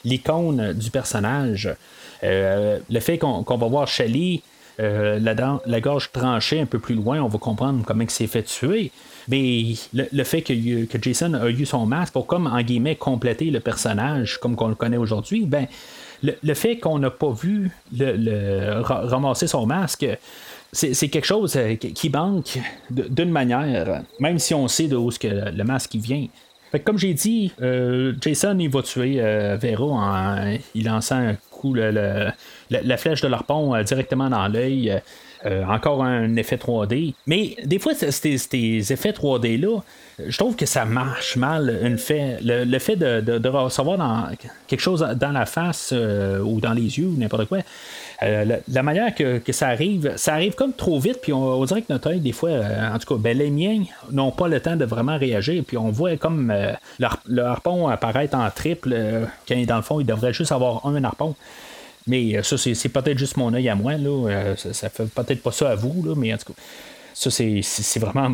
l'icône du personnage. Euh, le fait qu'on, qu'on va voir Shelley, euh, la, dent, la gorge tranchée un peu plus loin, on va comprendre comment il s'est fait tuer. Mais le, le fait que, que Jason a eu son masque pour, comme en guillemets, compléter le personnage comme qu'on le connaît aujourd'hui, ben le, le fait qu'on n'a pas vu le, le ramasser son masque, c'est, c'est quelque chose qui manque d'une manière, même si on sait d'où que le masque vient. Fait que comme j'ai dit, euh, Jason il va tuer euh, Vera en il lançant un coup le, le, la, la flèche de l'arpon euh, directement dans l'œil. Euh, encore un effet trois D. Mais des fois, ces, ces effets trois D-là, je trouve que ça marche mal. Une fait, le, le fait de, de, de recevoir dans quelque chose dans la face euh, ou dans les yeux ou n'importe quoi, euh, la, la manière que, que ça arrive, ça arrive comme trop vite, puis on, on dirait que notre œil, des fois, euh, en tout cas, ben, les miens n'ont pas le temps de vraiment réagir, puis on voit comme euh, le, le harpon apparaître en triple, euh, quand dans le fond, il devrait juste avoir un harpon. Mais ça, c'est, c'est peut-être juste mon œil à moi. Là. Euh, ça, ça fait peut-être pas ça à vous, là, mais en tout cas, ça, c'est, c'est, c'est vraiment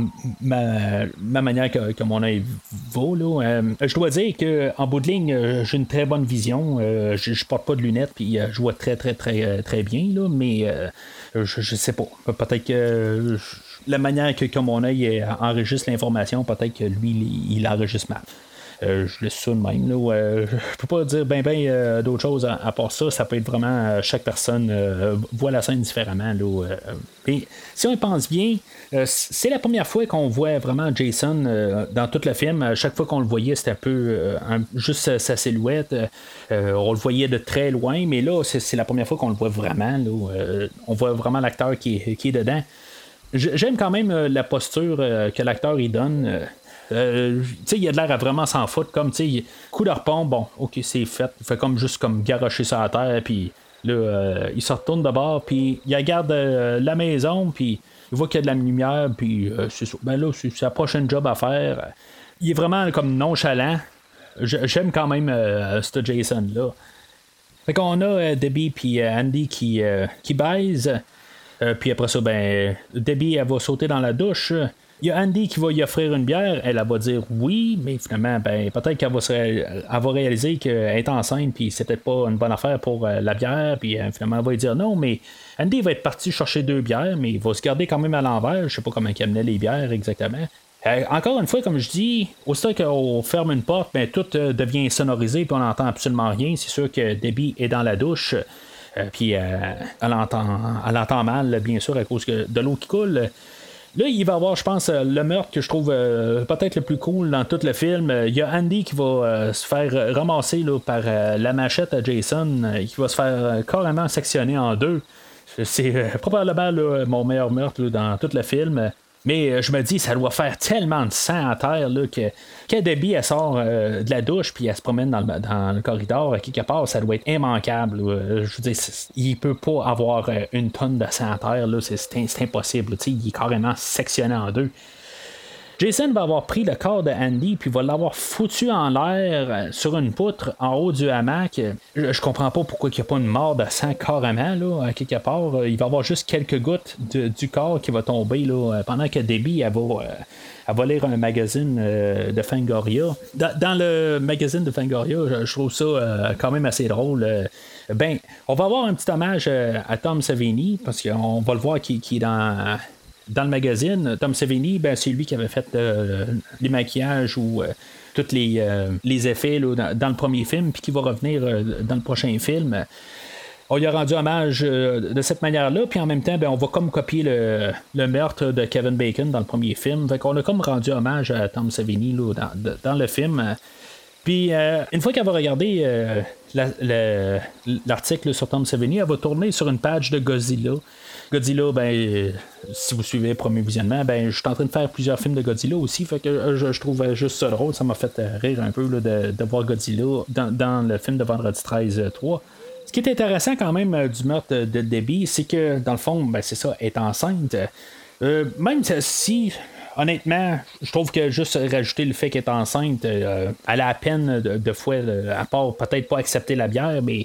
ma, ma manière que, que mon œil vaut. Là. Euh, je dois dire qu'en bout de ligne, j'ai une très bonne vision. Euh, je, je porte pas de lunettes, puis je vois très, très, très, très bien. Là, mais euh, je, je sais pas. Peut-être que je, la manière que, que mon œil enregistre l'information, peut-être que lui, il, il enregistre mal. Euh, je laisse ça de même. Là, euh, je peux pas dire ben ben euh, d'autres choses à, à part ça. Ça peut être vraiment euh, chaque personne euh, voit la scène différemment. Là, euh, et si on y pense bien, euh, c'est la première fois qu'on voit vraiment Jason euh, dans tout le film. Chaque fois qu'on le voyait, c'était un peu euh, un, juste sa silhouette. Euh, on le voyait de très loin, mais là, c'est, c'est la première fois qu'on le voit vraiment. Là, euh, on voit vraiment l'acteur qui est, qui est dedans. J'aime quand même euh, la posture euh, que l'acteur y donne. Euh, Euh, il a de l'air à vraiment s'en foutre, comme coup d'harpon, bon, ok, c'est fait, il fait comme juste comme garocher ça à terre, puis là, euh, il se retourne de bord, puis il regarde euh, la maison, puis il voit qu'il y a de la lumière, puis euh, c'est ça. Ben là, c'est sa prochaine job à faire. Il est vraiment comme nonchalant. J'aime quand même euh, ce Jason-là. Fait qu'on a euh, Debbie puis euh, Andy qui, euh, qui baisent, euh, puis après ça, ben, Debbie, elle va sauter dans la douche. Il y a Andy qui va y offrir une bière, elle, elle va dire oui, mais finalement, ben, peut-être qu'elle va, se ré... elle va réaliser qu'elle est enceinte, puis c'est peut-être pas une bonne affaire pour euh, la bière, puis euh, finalement, elle va lui dire non, mais Andy va être parti chercher deux bières, mais il va se garder quand même à l'envers, je sais pas comment il amenait les bières exactement. Euh, encore une fois, comme je dis, aussitôt qu'on ferme une porte, ben, tout euh, devient sonorisé, puis on n'entend absolument rien. C'est sûr que Debbie est dans la douche, euh, puis euh, elle, entend, elle entend mal, bien sûr, à cause de l'eau qui coule. Là, il va y avoir, je pense, le meurtre que je trouve euh, peut-être le plus cool dans tout le film. Il y a Andy qui va euh, se faire ramasser là, par euh, la machette à Jason, euh, qui va se faire euh, carrément sectionner en deux. C'est euh, probablement là, mon meilleur meurtre là, dans tout le film. Mais euh, je me dis, ça doit faire tellement de sang à terre là, que quand Debbie elle sort euh, de la douche puis elle se promène dans le, dans le corridor, à quelque part, ça doit être immanquable. Là. Je veux dire, il peut pas avoir euh, une tonne de sang à terre, là. C'est, c'est, c'est impossible. Il est carrément sectionné en deux. Jason va avoir pris le corps de Andy puis va l'avoir foutu en l'air sur une poutre en haut du hamac. Je, je comprends pas pourquoi il n'y a pas une mort de sang carrément là, à quelque part. Il va y avoir juste quelques gouttes de, du corps qui va tomber là, pendant que Debbie elle va, elle va lire un magazine de Fangoria. Dans, dans le magazine de Fangoria, je, je trouve ça quand même assez drôle. Ben, on va avoir un petit hommage à Tom Savini parce qu'on va le voir qui, qui est dans... Dans le magazine, Tom Savini, ben, c'est lui qui avait fait euh, les maquillages ou euh, tous les, euh, les effets là, dans, dans le premier film, puis qui va revenir euh, dans le prochain film. On lui a rendu hommage euh, de cette manière-là, puis en même temps, ben, on va comme copier le, le meurtre de Kevin Bacon dans le premier film. Fait qu'on a comme rendu hommage à Tom Savini là, dans, dans le film. Puis, euh, une fois qu'elle va regarder euh, la, la, l'article sur Tom Savini, elle va tourner sur une page de Godzilla. Godzilla, ben, euh, si vous suivez le premier visionnement, ben, je suis en train de faire plusieurs films de Godzilla aussi, fait que euh, je, je trouve juste ça drôle, ça m'a fait rire un peu là, de, de voir Godzilla dans, dans le film de Vendredi treize trois. Ce qui est intéressant quand même euh, du meurtre de Debbie, c'est que dans le fond, ben, c'est ça, elle est enceinte. Euh, même si, honnêtement, je trouve que juste rajouter le fait qu'elle est enceinte, euh, elle a à peine de, de fois, à part peut-être pas accepter la bière, mais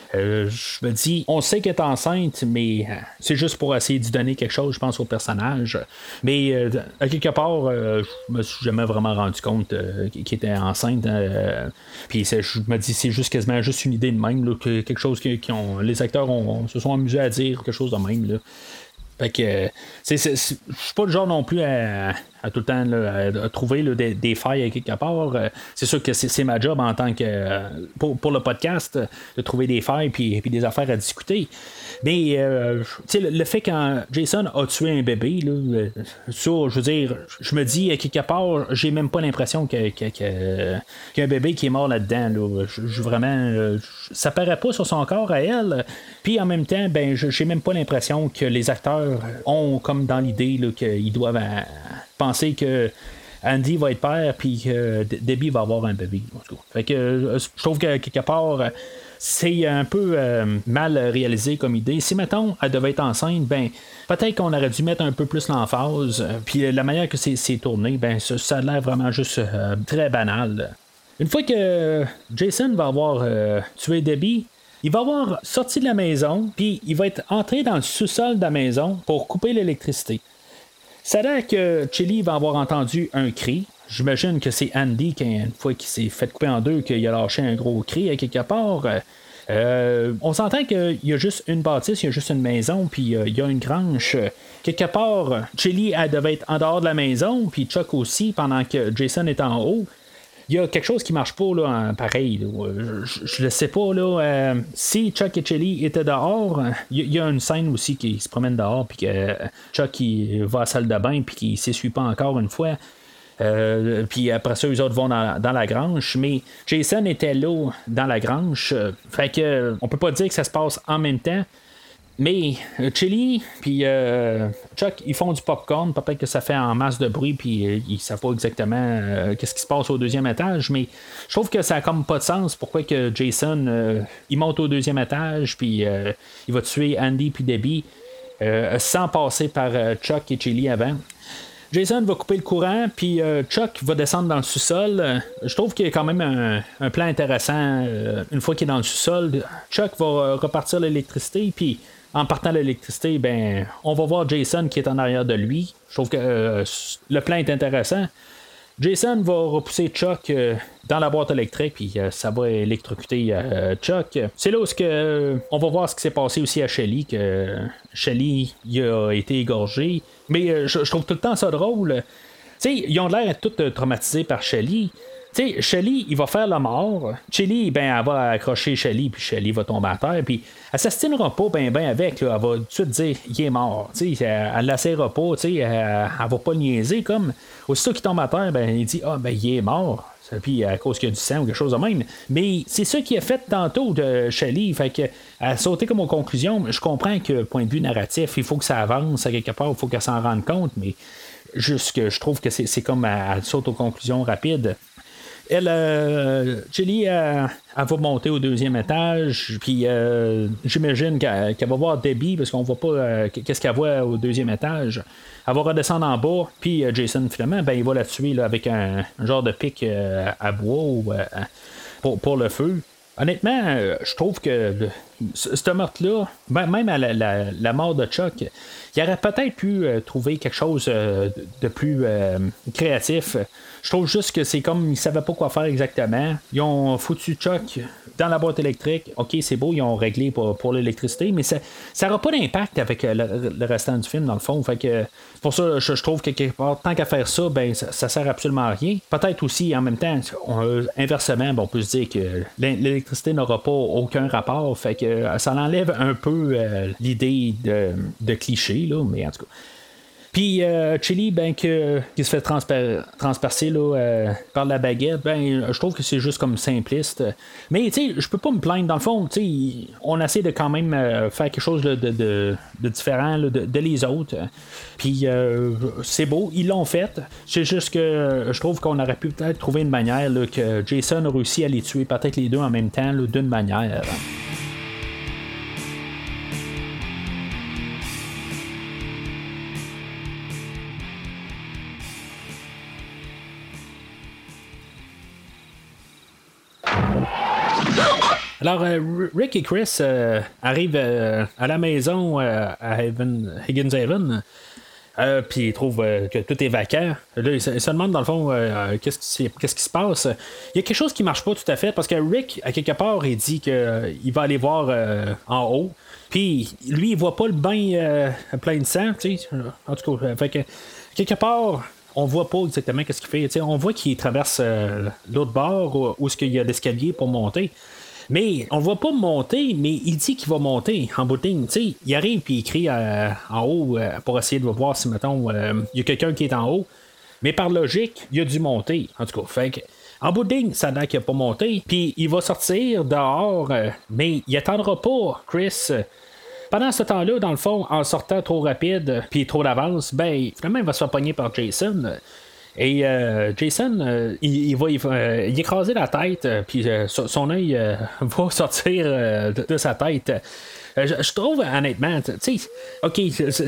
Euh, je me dis, on sait qu'elle est enceinte, mais euh, c'est juste pour essayer d'y donner quelque chose, je pense, au personnage. Mais euh, à quelque part, euh, je me suis jamais vraiment rendu compte euh, qu'elle était enceinte. Euh, Puis je me dis, c'est juste quasiment juste une idée de même, là, que quelque chose que qui ont, les acteurs ont, ont- se sont amusés à dire, quelque chose de même. Là. Fait que, euh, c'est, c'est, c'est- je suis pas le genre non plus à, à tout le temps là, à, à trouver là, des, des failles à quelque part. Euh, c'est sûr que c'est, c'est ma job en tant que euh, pour, pour le podcast euh, de trouver des failles puis, puis des affaires à discuter. Mais euh, tu sais, le, le fait quand Jason a tué un bébé, là, euh, ça, je veux dire, je me dis à quelque part, j'ai même pas l'impression que, que, que- qu'il y a un bébé qui est mort là-dedans. Là. Je, je- vraiment, euh, ça paraît pas sur son corps à elle. Puis en même temps, ben, je- j'ai même pas l'impression que les acteurs ont comme dans l'idée là, qu'ils doivent euh, penser que Andy va être père puis que D- Debbie va avoir un bébé. En tout cas. Fait que euh, je trouve que quelque part euh, c'est un peu euh, mal réalisé comme idée. Si mettons elle devait être enceinte, ben peut-être qu'on aurait dû mettre un peu plus l'emphase. euh, Puis euh, la manière que c'est, c'est tourné, ben ça, ça a l'air vraiment juste euh, très banal. Une fois que Jason va avoir euh, tué Debbie, il va avoir sorti de la maison, puis il va être entré dans le sous-sol de la maison pour couper l'électricité. Ça a l'air que Chili va avoir entendu un cri. J'imagine que c'est Andy qui, une fois qu'il s'est fait couper en deux, qu'il a lâché un gros cri à quelque part. Euh, on s'entend qu'il y a juste une bâtisse, il y a juste une maison, puis euh, il y a une grange. Quelque part, Chili, elle devait être en dehors de la maison, puis Chuck aussi, pendant que Jason est en haut. Il y a quelque chose qui marche pas là, en pareil. Là. Je ne sais pas. Là, euh, si Chuck et Chili étaient dehors, il y, y a une scène aussi qui se promène dehors, puis que euh, Chuck il va à la salle de bain, puis qu'il ne s'essuie pas encore une fois. Euh, puis après ça, eux autres vont dans, dans la grange. Mais Jason était là dans la grange. Euh, fait que on peut pas dire que ça se passe en même temps. Mais euh, Chili puis euh, Chuck, ils font du popcorn. Peut-être que ça fait en masse de bruit, puis euh, ils savent pas exactement euh, qu'est-ce qui se passe au deuxième étage. Mais je trouve que ça a comme pas de sens. Pourquoi que Jason, euh, il monte au deuxième étage, puis euh, il va tuer Andy puis Debbie euh, sans passer par euh, Chuck et Chili avant. Jason va couper le courant, puis euh, Chuck va descendre dans le sous-sol. Euh, je trouve qu'il y a quand même un, un plan intéressant. Euh, une fois qu'il est dans le sous-sol, Chuck va euh, repartir l'électricité, puis en partant l'électricité, ben, on va voir Jason qui est en arrière de lui. Je trouve que euh, le plan est intéressant. Jason va repousser Chuck euh, dans la boîte électrique, puis euh, ça va électrocuter euh, Chuck. C'est là où que, euh, on va voir ce qui s'est passé aussi à Shelly, que euh, Shelly il a été égorgé. Mais euh, je, je trouve tout le temps ça drôle. Tu sais, ils ont l'air tout euh, traumatisés par Shelly. Tu sais, Shelly, il va faire la mort. Shelly, ben, elle va accrocher Shelly, puis Shelly va tomber à terre, puis elle s'astinera pas ben ben avec, là. Elle va tout de suite dire, il est mort. Tu sais, elle, elle l'assaillera pas, tu sais, elle, elle va pas le niaiser, comme. Aussitôt qu'il tombe à terre, ben, il dit, ah, ben, il est mort. Puis à cause qu'il y a du sang ou quelque chose de même. Mais c'est ça qui a fait tantôt de Shelly. Fait que à sauter comme aux conclusions, je comprends que point de vue narratif, il faut que ça avance à quelque part, il faut qu'elle s'en rende compte, mais juste que je trouve que c'est, c'est comme elle saute aux conclusions rapides. Elle, euh, Chili, elle, elle va monter au deuxième étage, puis euh, j'imagine qu'elle, qu'elle va voir Debbie, parce qu'on voit pas euh, qu'est-ce qu'elle voit au deuxième étage. Elle va redescendre en bas, puis euh, Jason, finalement, ben, il va la tuer là, avec un, un genre de pic euh, à bois ou, euh, pour, pour le feu. Honnêtement, euh, je trouve que le, ce, ce meurtre-là, même à la, la, la mort de Chuck, il aurait peut-être pu euh, trouver quelque chose euh, de, de plus euh, créatif. Je trouve juste que c'est comme ils savaient pas quoi faire exactement. Ils ont foutu Chuck dans la boîte électrique. OK, c'est beau, ils ont réglé pour, pour l'électricité, mais ça n'aura pas d'impact avec le, le restant du film, dans le fond. Fait que pour ça, je, je trouve que quelque part, tant qu'à faire ça, ben ça, ça sert absolument à rien. Peut-être aussi, en même temps, on, inversement, ben, on peut se dire que l'électricité n'aura pas aucun rapport. Fait que ça enlève un peu euh, l'idée de, de cliché, là, mais en tout cas. Puis euh, Chili, ben que qui se fait transper- transpercer là, euh, par la baguette, ben je trouve que c'est juste comme simpliste. Mais tu sais, je peux pas me plaindre. Dans le fond, tu sais, on essaie de quand même euh, faire quelque chose là, de, de, de différent là, de, de les autres. Puis euh, c'est beau, ils l'ont fait. C'est juste que euh, je trouve qu'on aurait pu peut-être trouver une manière là, que Jason a réussi à les tuer, peut-être les deux en même temps, là, d'une manière. Alors, euh, Rick et Chris euh, arrivent euh, à la maison euh, à Haven, Higgins Haven. Euh, puis ils trouvent euh, que tout est vacant. Là, ils se, ils se demandent dans le fond euh, qu'est-ce, qui, qu'est-ce qui se passe. Il y a quelque chose qui marche pas tout à fait parce que Rick, à quelque part, il dit qu'il euh, va aller voir euh, en haut. Puis lui, il voit pas le bain euh, plein de sang. Tu sais. En tout cas, fait que, quelque part, on voit pas exactement qu'est-ce qu'il fait. Tu sais, on voit qu'il traverse euh, l'autre bord où, où est-ce qu'il y a l'escalier pour monter. Mais on le voit pas monter, mais il dit qu'il va monter en bout de ligne. T'sais, il arrive et il crie euh, en haut euh, pour essayer de voir si, mettons, euh, il y a quelqu'un qui est en haut. Mais par logique, il a dû monter. En tout cas, fait que, en bout de ligne, ça n'a qu'il n'a pas monté. Puis il va sortir dehors, euh, mais il attendra pas Chris. Pendant ce temps-là, dans le fond, en sortant trop rapide puis trop d'avance, ben, finalement, il va se faire pogner par Jason. Et euh, Jason, euh, il, il va il, euh, il écraser la tête, euh, puis euh, son œil euh, va sortir euh, de, de sa tête. Euh, je, je trouve, honnêtement, tu sais, ok,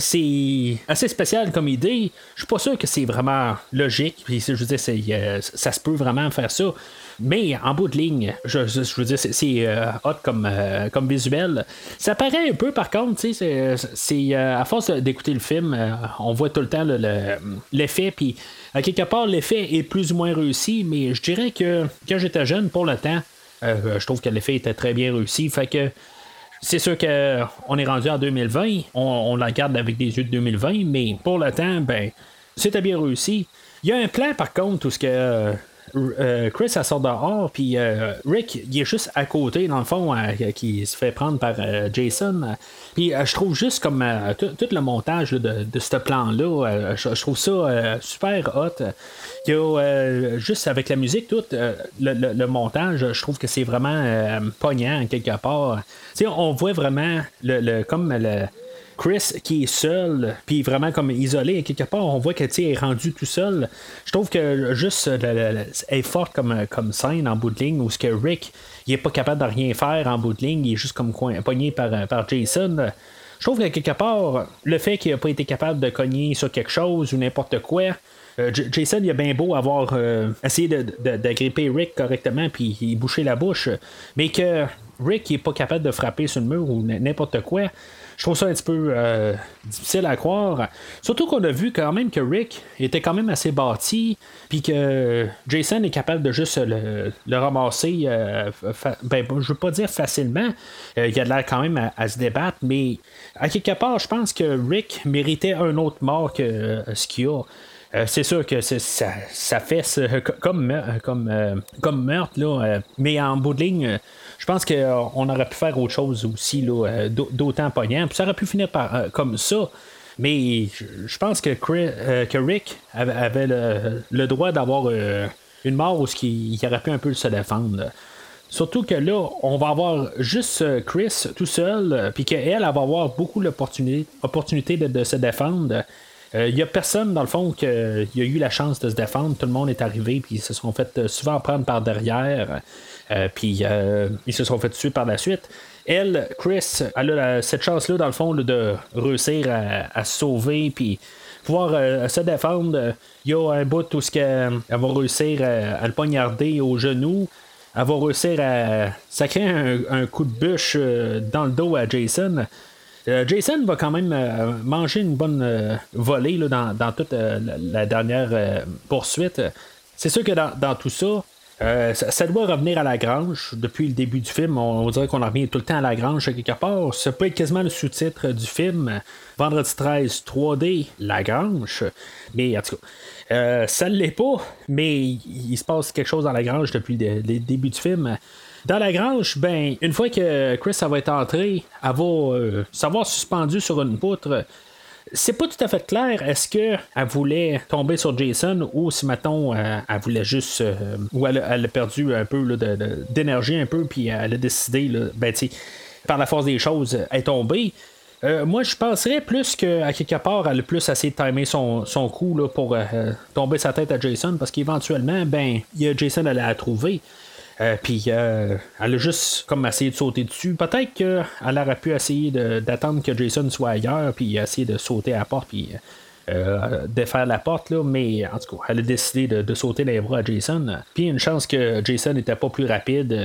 c'est assez spécial comme idée. Je suis pas sûr que c'est vraiment logique. Puis, je veux dire, c'est, euh, ça se peut vraiment faire ça. Mais en bout de ligne, je, je, je veux dire, c'est, c'est euh, hot comme, euh, comme visuel. Ça paraît un peu, par contre, tu sais, c'est, c'est euh, à force d'écouter le film, euh, on voit tout le temps le, le, l'effet, puis à quelque part, l'effet est plus ou moins réussi, mais je dirais que quand j'étais jeune, pour le temps, euh, je trouve que l'effet était très bien réussi. Fait que c'est sûr qu'on est rendu en deux mille vingt, on, on la regarde avec des yeux de deux mille vingt, mais pour le temps, ben, c'était bien réussi. Il y a un plan, par contre, où ce que euh, euh, Chris elle sort dehors, puis euh, Rick, il est juste à côté, dans le fond, euh, qui se fait prendre par euh, Jason. Puis euh, je trouve juste comme euh, tout, tout le montage là, de, de ce plan-là, euh, je, je trouve ça euh, super hot. Il y a euh, juste avec la musique, tout euh, le, le, le montage, je trouve que c'est vraiment euh, pognant quelque part. Tu sais, on voit vraiment le, le comme le Chris qui est seul, puis vraiment comme isolé, quelque part, on voit que tu est rendu tout seul. Je trouve que juste le, le, le, est forte comme, comme scène en bout de ligne, où ce que Rick, il est pas capable de rien faire en bout de ligne, il est juste comme coin, pogné par, par Jason. Je trouve que quelque part, le fait qu'il n'a pas été capable de cogner sur quelque chose ou n'importe quoi, euh, J- Jason, il a bien beau avoir euh, essayé de, de, d'agripper Rick correctement puis il boucher la bouche, mais que Rick n'est pas capable de frapper sur le mur ou n- n'importe quoi. Je trouve ça un petit peu euh, difficile à croire. Surtout qu'on a vu quand même que Rick était quand même assez bâti, puis que Jason est capable de juste le, le ramasser, euh, fa- ben, je veux pas dire facilement, euh, il a l'air quand même à, à se débattre, mais à quelque part, je pense que Rick méritait un autre mort que euh, ce qu'il a. Euh, c'est sûr que c'est, ça, ça fait ce, comme, comme, euh, comme meurtre, là, euh, mais en bout de ligne, euh, je pense qu'on euh, aurait pu faire autre chose aussi, là, euh, d'autant pognant. Puis ça aurait pu finir par, euh, comme ça. Mais je, je pense que, Chris, euh, que Rick avait, avait le, le droit d'avoir euh, une mort où il, il aurait pu un peu se défendre. Là. Surtout que là, on va avoir juste Chris tout seul, puis qu'elle, elle va avoir beaucoup l'opportunité opportunité de, de se défendre. Il euh, n'y a personne, dans le fond, qui a eu la chance de se défendre. Tout le monde est arrivé, puis ils se sont fait souvent prendre par derrière. Euh, puis euh, ils se sont fait tuer par la suite. Elle, Chris, elle a la, cette chance-là, dans le fond, là, de réussir à, à se sauver, puis pouvoir euh, se défendre. Il y a un bout où elle va réussir à, à le poignarder au genou. Elle va réussir à sacrer un, un coup de bûche euh, dans le dos à Jason. Euh, Jason va quand même euh, manger une bonne euh, volée là, dans, dans toute euh, la, la dernière euh, poursuite. C'est sûr que dans, dans tout ça, euh, ça, ça doit revenir à la grange. Depuis le début du film, on, on dirait qu'on en revient tout le temps à la grange quelque part. Ça peut être quasiment le sous-titre du film. Vendredi treize trois D, la grange. Mais en tout cas, euh, ça ne l'est pas, mais il, il se passe quelque chose dans la grange depuis le, le début du film. Dans la grange, ben, une fois que Chris ça va être entré, elle va euh, savoir suspendue sur une poutre. C'est pas tout à fait clair. Est-ce qu'elle voulait tomber sur Jason ou si, mettons, euh, elle voulait juste. Euh, ou elle, elle a perdu un peu là, de, de, d'énergie, un peu, puis elle a décidé, là, ben, tu sais, par la force des choses, elle est tombée. Euh, moi, je penserais plus qu'à quelque part, elle a plus essayé de timer son, son coup là, pour euh, tomber sa tête à Jason parce qu'éventuellement, ben, il y a Jason à la trouver. Euh, puis euh, elle a juste comme essayé de sauter dessus. Peut-être qu'elle aurait pu essayer de, d'attendre que Jason soit ailleurs, puis essayer de sauter à la porte, puis euh, défaire la porte, là. Mais en tout cas, elle a décidé de, de sauter les bras à Jason. Puis une chance que Jason n'était pas plus rapide.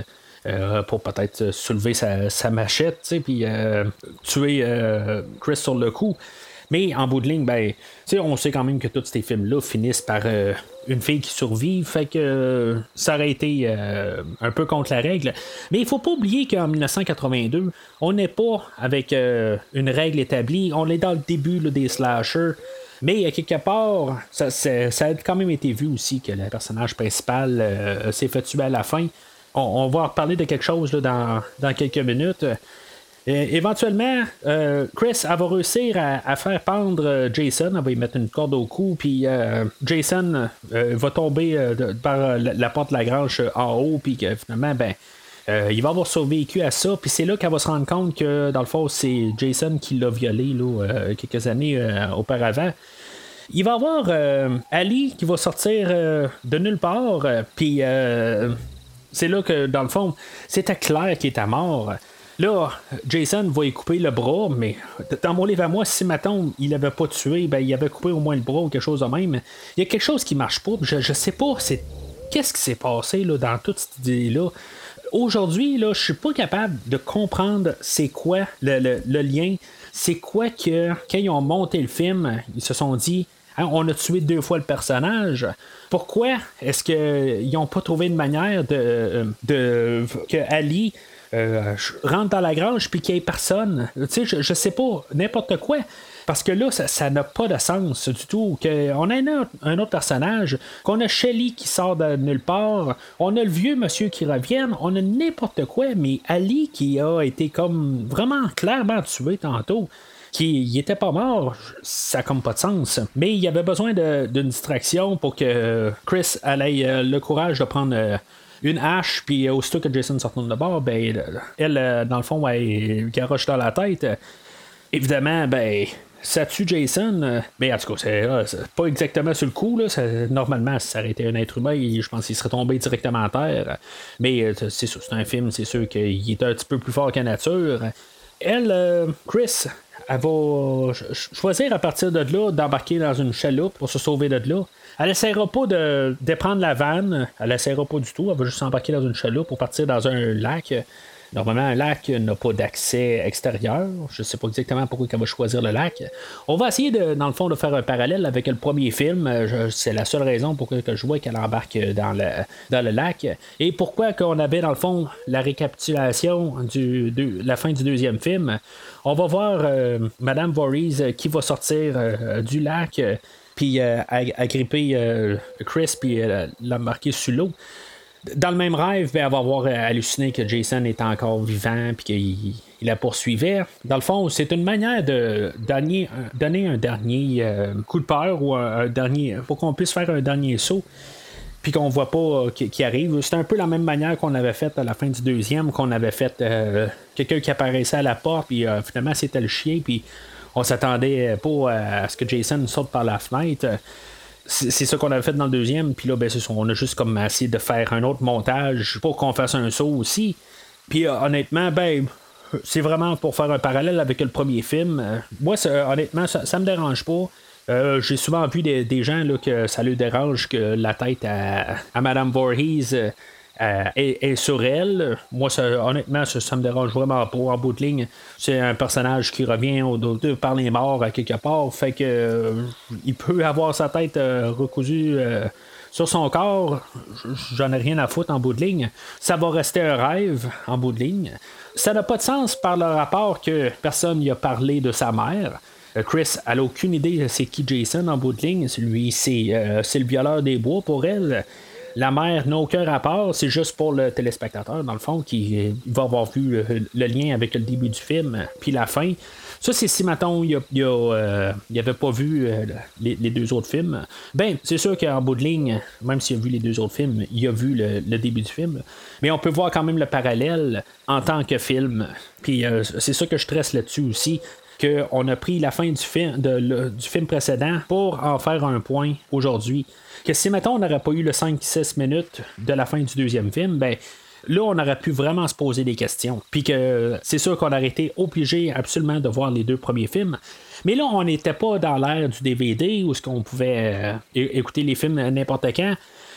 euh, pour peut-être soulever sa, sa machette, puis euh, tuer euh, Chris sur le coup. Mais en bout de ligne, ben, on sait quand même que tous ces films-là finissent par euh, une fille qui survit, fait que euh, ça aurait été euh, un peu contre la règle. Mais il faut pas oublier qu'en dix-neuf cent quatre-vingt-deux, on n'est pas avec euh, une règle établie, on est dans le début là, des slashers. Mais à quelque part, ça, ça, ça a quand même été vu aussi que le personnage principal euh, s'est fait tuer à la fin. On, on va en reparler de quelque chose là, dans, dans quelques minutes. Euh, éventuellement, euh, Chris elle va réussir à, à faire pendre Jason. Elle va lui mettre une corde au cou, puis euh, Jason euh, va tomber euh, de, par la, la porte de la grange euh, en haut, puis que finalement, ben, euh, il va avoir survécu à ça. Puis c'est là qu'elle va se rendre compte que, dans le fond, c'est Jason qui l'a violé là, euh, quelques années euh, auparavant. Il va y avoir euh, Ali qui va sortir euh, de nulle part, euh, puis euh, c'est là que, dans le fond, c'était clair qu'il était mort. Là, Jason va y couper le bras, mais dans mon livre à moi, si maintenant il l'avait pas tué, ben il avait coupé au moins le bras ou quelque chose de même. Il y a quelque chose qui marche pas. Je, je sais pas, c'est qu'est-ce qui s'est passé là, dans toute cette idée-là. Aujourd'hui, là, je suis pas capable de comprendre c'est quoi le, le, le lien. C'est quoi que quand ils ont monté le film, ils se sont dit hein, on a tué deux fois le personnage. Pourquoi est-ce qu'ils n'ont pas trouvé une manière de, de que Ali Euh, rentre dans la grange puis qu'il n'y ait personne. Tu sais, je, je sais pas, n'importe quoi. Parce que là, ça, ça n'a pas de sens du tout. Que on a un autre, un autre personnage, qu'on a Shelly qui sort de nulle part, on a le vieux monsieur qui revient, on a n'importe quoi, mais Ali qui a été comme vraiment clairement tué tantôt. Qui il était pas mort, ça n'a comme pas de sens. Mais il y avait besoin de, d'une distraction pour que Chris ait euh, le courage de prendre euh, une hache, puis aussitôt que Jason se retourne de bord, ben, elle, dans le fond, elle garoche dans la tête. Évidemment, ben, ça tue Jason, mais en tout cas, c'est, c'est pas exactement sur le coup. Là, ça, normalement, si ça aurait été un être humain, je pense qu'il serait tombé directement à terre. Mais c'est sûr, c'est un film, c'est sûr qu'il est un petit peu plus fort que la nature. Elle, euh, Chris, elle va choisir à partir de là d'embarquer dans une chaloupe pour se sauver de là. Elle essaiera pas de, de prendre la vanne, elle essaiera pas du tout, elle va juste embarquer dans une chaloupe pour partir dans un lac. Normalement, un lac n'a pas d'accès extérieur. Je sais pas exactement pourquoi elle va choisir le lac. On va essayer, de, dans le fond, de faire un parallèle avec le premier film. Je, c'est la seule raison pour que, que je vois qu'elle embarque dans le, dans le lac. Et pourquoi qu'on avait, dans le fond, la récapitulation de la fin du deuxième film. On va voir euh, Madame Voorhees qui va sortir euh, du lac, euh, puis euh, agripper euh, Chris, puis euh, l'embarquer sous l'eau. Dans le même rêve, ben, elle va avoir halluciné que Jason est encore vivant puis qu'il il la poursuivait. Dans le fond, c'est une manière de donner, donner un dernier euh, coup de peur ou un, un dernier pour qu'on puisse faire un dernier saut puis qu'on voit pas euh, qui, qui arrive. C'est un peu la même manière qu'on avait fait à la fin du deuxième, qu'on avait fait euh, quelqu'un qui apparaissait à la porte puis euh, finalement c'était le chien puis on s'attendait pas à ce que Jason saute par la fenêtre. C'est, c'est ça qu'on avait fait dans le deuxième, puis là, ben, c'est ça, on a juste comme essayé de faire un autre montage pour qu'on fasse un saut aussi. Puis euh, honnêtement, ben, c'est vraiment pour faire un parallèle avec le premier film. Euh, moi, ça, honnêtement, ça, ça me dérange pas. Euh, j'ai souvent vu des, des gens là, que ça leur dérange que la tête à, à Madame Voorhees euh, euh, est, est sur elle. Moi, ça, honnêtement, ça, ça me dérange vraiment pas. En bout de ligne, c'est un personnage qui revient au, au, par les morts à quelque part. Fait que euh, il peut avoir sa tête euh, recousue euh, sur son corps. J'en ai rien à foutre en bout de ligne. Ça va rester un rêve en bout de ligne. Ça n'a pas de sens par le rapport que personne n'y a parlé de sa mère. Chris, elle n'a aucune idée c'est qui Jason en bout de ligne. Lui, c'est, euh, c'est le violeur des bois pour elle. La mère n'a aucun rapport, c'est juste pour le téléspectateur, dans le fond, qui euh, va avoir vu le, le lien avec le début du film, puis la fin. Ça, c'est si, mettons, il n'avait euh, pas vu euh, les, les deux autres films. Ben, c'est sûr qu'en bout de ligne, même s'il a vu les deux autres films, il a vu le, le début du film. Mais on peut voir quand même le parallèle en tant que film. Puis euh, c'est ça que je stresse là-dessus aussi. Qu'on a pris la fin du film, de, le, du film précédent pour en faire un point aujourd'hui. Que si, mettons, on n'aurait pas eu le cinq six minutes de la fin du deuxième film, ben là, on aurait pu vraiment se poser des questions. Puis que c'est sûr qu'on aurait été obligé absolument de voir les deux premiers films. Mais là, on n'était pas dans l'ère du D V D où ce qu'on pouvait euh, écouter les films n'importe quand.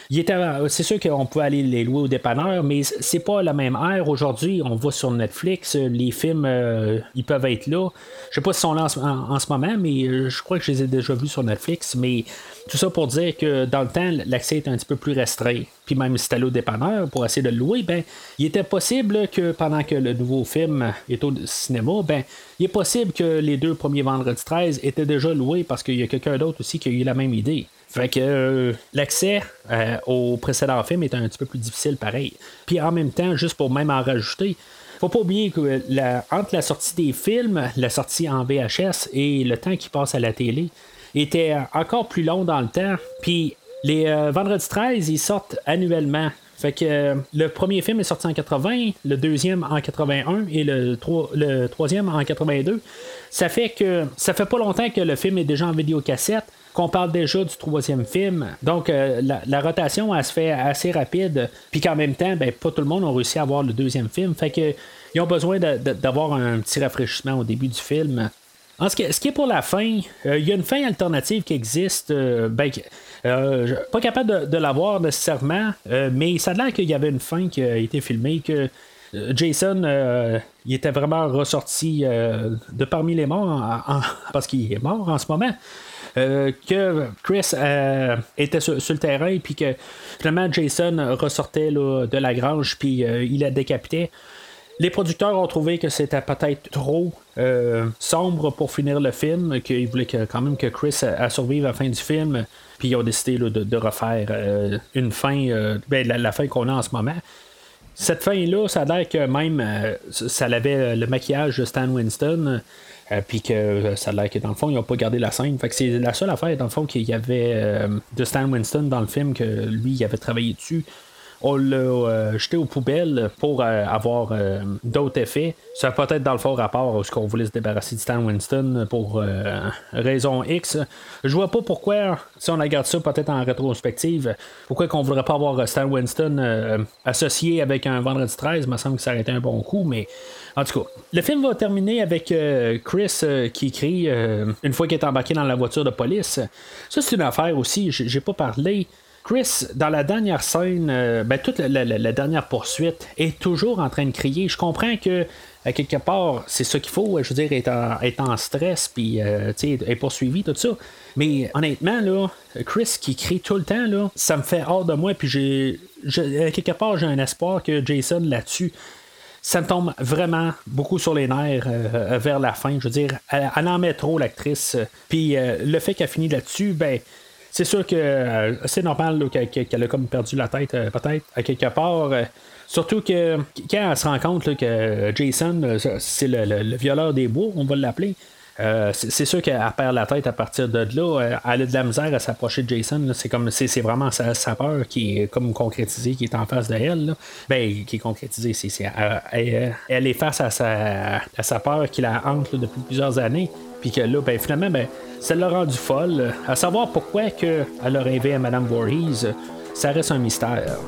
il était, c'est sûr qu'on peut aller les louer au dépanneur, mais c'est pas la même ère. Aujourd'hui, on va sur Netflix, les films, euh, ils peuvent être là. Je sais pas s'ils sont là en ce, en, en ce moment, mais je crois que je les ai déjà vus sur Netflix. Mais tout ça pour dire que dans le temps, l'accès est un petit peu plus restreint. Puis même si tu allais au dépanneur pour essayer de le louer, ben, il était possible que pendant que le nouveau film est au cinéma, ben, il est possible que les deux premiers vendredis treize étaient déjà loués parce qu'il y a quelqu'un d'autre aussi qui a eu la même idée. Fait que euh, l'accès euh, au précédent film est un petit peu plus difficile pareil. Puis en même temps, juste pour même en rajouter, faut pas oublier que la, entre la sortie des films, la sortie en V H S et le temps qui passe à la télé était encore plus long dans le temps. Puis les euh, vendredis treize, ils sortent annuellement. Fait que euh, le premier film est sorti en quatre-vingts, le deuxième en quatre-vingt-un et le, tro- le troisième en quatre-vingt-deux. Ça fait que ça fait pas longtemps que le film est déjà en vidéocassette, qu'on parle déjà du troisième film. Donc euh, la, la rotation elle se fait assez rapide, puis qu'en même temps, ben, pas tout le monde a réussi à voir le deuxième film. Fait que ils ont besoin de, de, d'avoir un petit rafraîchissement au début du film. En ce qui, ce qui est pour la fin, il euh, y a une fin alternative qui existe. Euh, ben, euh, pas capable de, de l'avoir nécessairement, euh, mais ça a l'air qu'il y avait une fin qui a été filmée, que euh, Jason, euh, il était vraiment ressorti euh, de parmi les morts, en, en, parce qu'il est mort en ce moment. Euh, que Chris euh, était sur, sur le terrain, puis que finalement Jason ressortait là, de la grange, puis euh, il la décapitait. Les producteurs ont trouvé que c'était peut-être trop euh, sombre pour finir le film, qu'ils voulaient que, quand même que Chris a, a survive à la fin du film, puis ils ont décidé là, de, de refaire euh, une fin, euh, ben, la, la fin qu'on a en ce moment. Cette fin-là, ça a l'air que même euh, ça avait le maquillage de Stan Winston, euh, puis que ça a l'air que dans le fond, ils n'ont pas gardé la scène. Fait que c'est la seule affaire, dans le fond, qu'il y avait euh, de Stan Winston dans le film, que lui, il avait travaillé dessus. On l'a euh, jeté aux poubelles pour euh, avoir euh, d'autres effets. Ça a peut-être dans le fort rapport à ce qu'on voulait se débarrasser de Stan Winston pour euh, raison X. Je vois pas pourquoi, si on regarde ça peut-être en rétrospective, pourquoi qu'on voudrait pas avoir Stan Winston euh, associé avec un vendredi treize. Il me semble que ça aurait été un bon coup, mais en tout cas, le film va terminer avec euh, Chris euh, qui crie euh, une fois qu'il est embarqué dans la voiture de police. Ça, c'est une affaire aussi, j'ai, j'ai pas parlé. Chris, dans la dernière scène, euh, ben, toute la, la, la dernière poursuite est toujours en train de crier. Je comprends que, à quelque part, c'est ça qu'il faut, je veux dire, être en, être en stress, puis, euh, tu sais, être poursuivi, tout ça. Mais honnêtement, là, Chris qui crie tout le temps, là, ça me fait hors de moi, puis j'ai, j'ai, à quelque part, j'ai un espoir que Jason là-dessus. Ça me tombe vraiment beaucoup sur les nerfs euh, vers la fin. Je veux dire, elle, elle en met trop, l'actrice. Puis euh, le fait qu'elle finit là-dessus, ben. C'est sûr que euh, c'est normal là, qu'elle, qu'elle a comme perdu la tête, euh, peut-être, à quelque part. Euh, surtout que quand elle se rend compte là, que Jason, euh, c'est le, le, le violeur des bois, on va l'appeler. Euh, c'est, c'est sûr qu'elle perd la tête à partir de là. Euh, elle a de la misère à s'approcher de Jason. Là. C'est comme c'est, c'est vraiment sa, sa peur qui est comme concrétisée, qui est en face de elle. Là. Ben, qui est concrétisée. C'est, c'est, elle, elle, elle est face à sa, à sa peur qui la hante là, depuis plusieurs années. Puis que là, ben, finalement, ben, ça l'a rendu folle. À savoir pourquoi que elle a rêvé à Madame Voorhees, ça reste un mystère.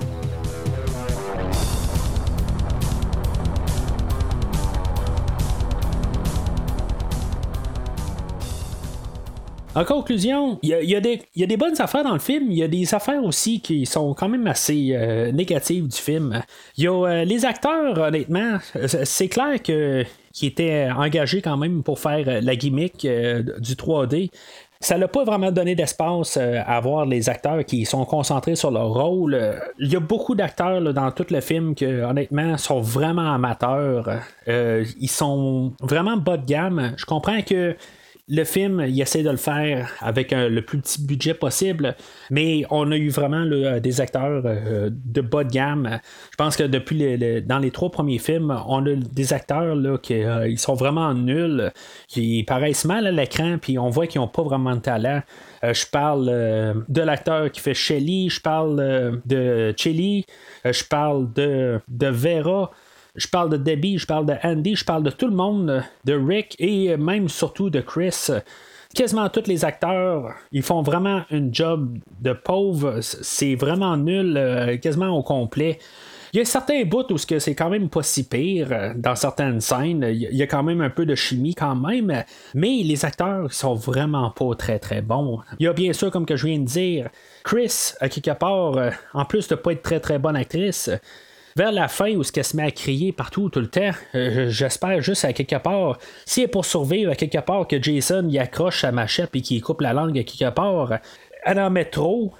En conclusion, il y, y, y a des bonnes affaires dans le film. Il y a des affaires aussi qui sont quand même assez euh, négatives du film. Il y a euh, les acteurs, honnêtement, c'est clair que qui étaient engagés quand même pour faire la gimmick euh, du trois D. Ça l'a pas vraiment donné d'espace euh, à voir les acteurs qui sont concentrés sur leur rôle. Il y a beaucoup d'acteurs là, dans tout le film qui, honnêtement, sont vraiment amateurs. Euh, ils sont vraiment bas de gamme. Je comprends que le film, il essaie de le faire avec un, le plus petit budget possible, mais on a eu vraiment là, des acteurs euh, de bas de gamme. Je pense que depuis les, les, dans les trois premiers films, on a des acteurs là, qui euh, ils sont vraiment nuls, qui paraissent mal à l'écran, puis on voit qu'ils n'ont pas vraiment de talent. Euh, je parle euh, de l'acteur qui fait Shelly, je parle euh, de Chili, euh, je parle de, de Vera. Je parle de Debbie, je parle de Andy, je parle de tout le monde, de Rick et même surtout de Chris. Quasiment tous les acteurs, ils font vraiment une job de pauvre. C'est vraiment nul, quasiment au complet. il y a certains bouts où c'est quand même pas si pire dans certaines scènes. Il y a quand même un peu de chimie quand même, mais les acteurs sont vraiment pas très très bons. Il y a bien sûr, comme que je viens de dire, Chris, à quelque part, en plus de pas être très très bonne actrice, vers la fin où ce qu'elle se met à crier partout tout le temps, euh, j'espère juste à quelque part, si elle est pour survivre à quelque part que Jason y accroche sa machette et qu'il coupe la langue à quelque part, elle en met trop.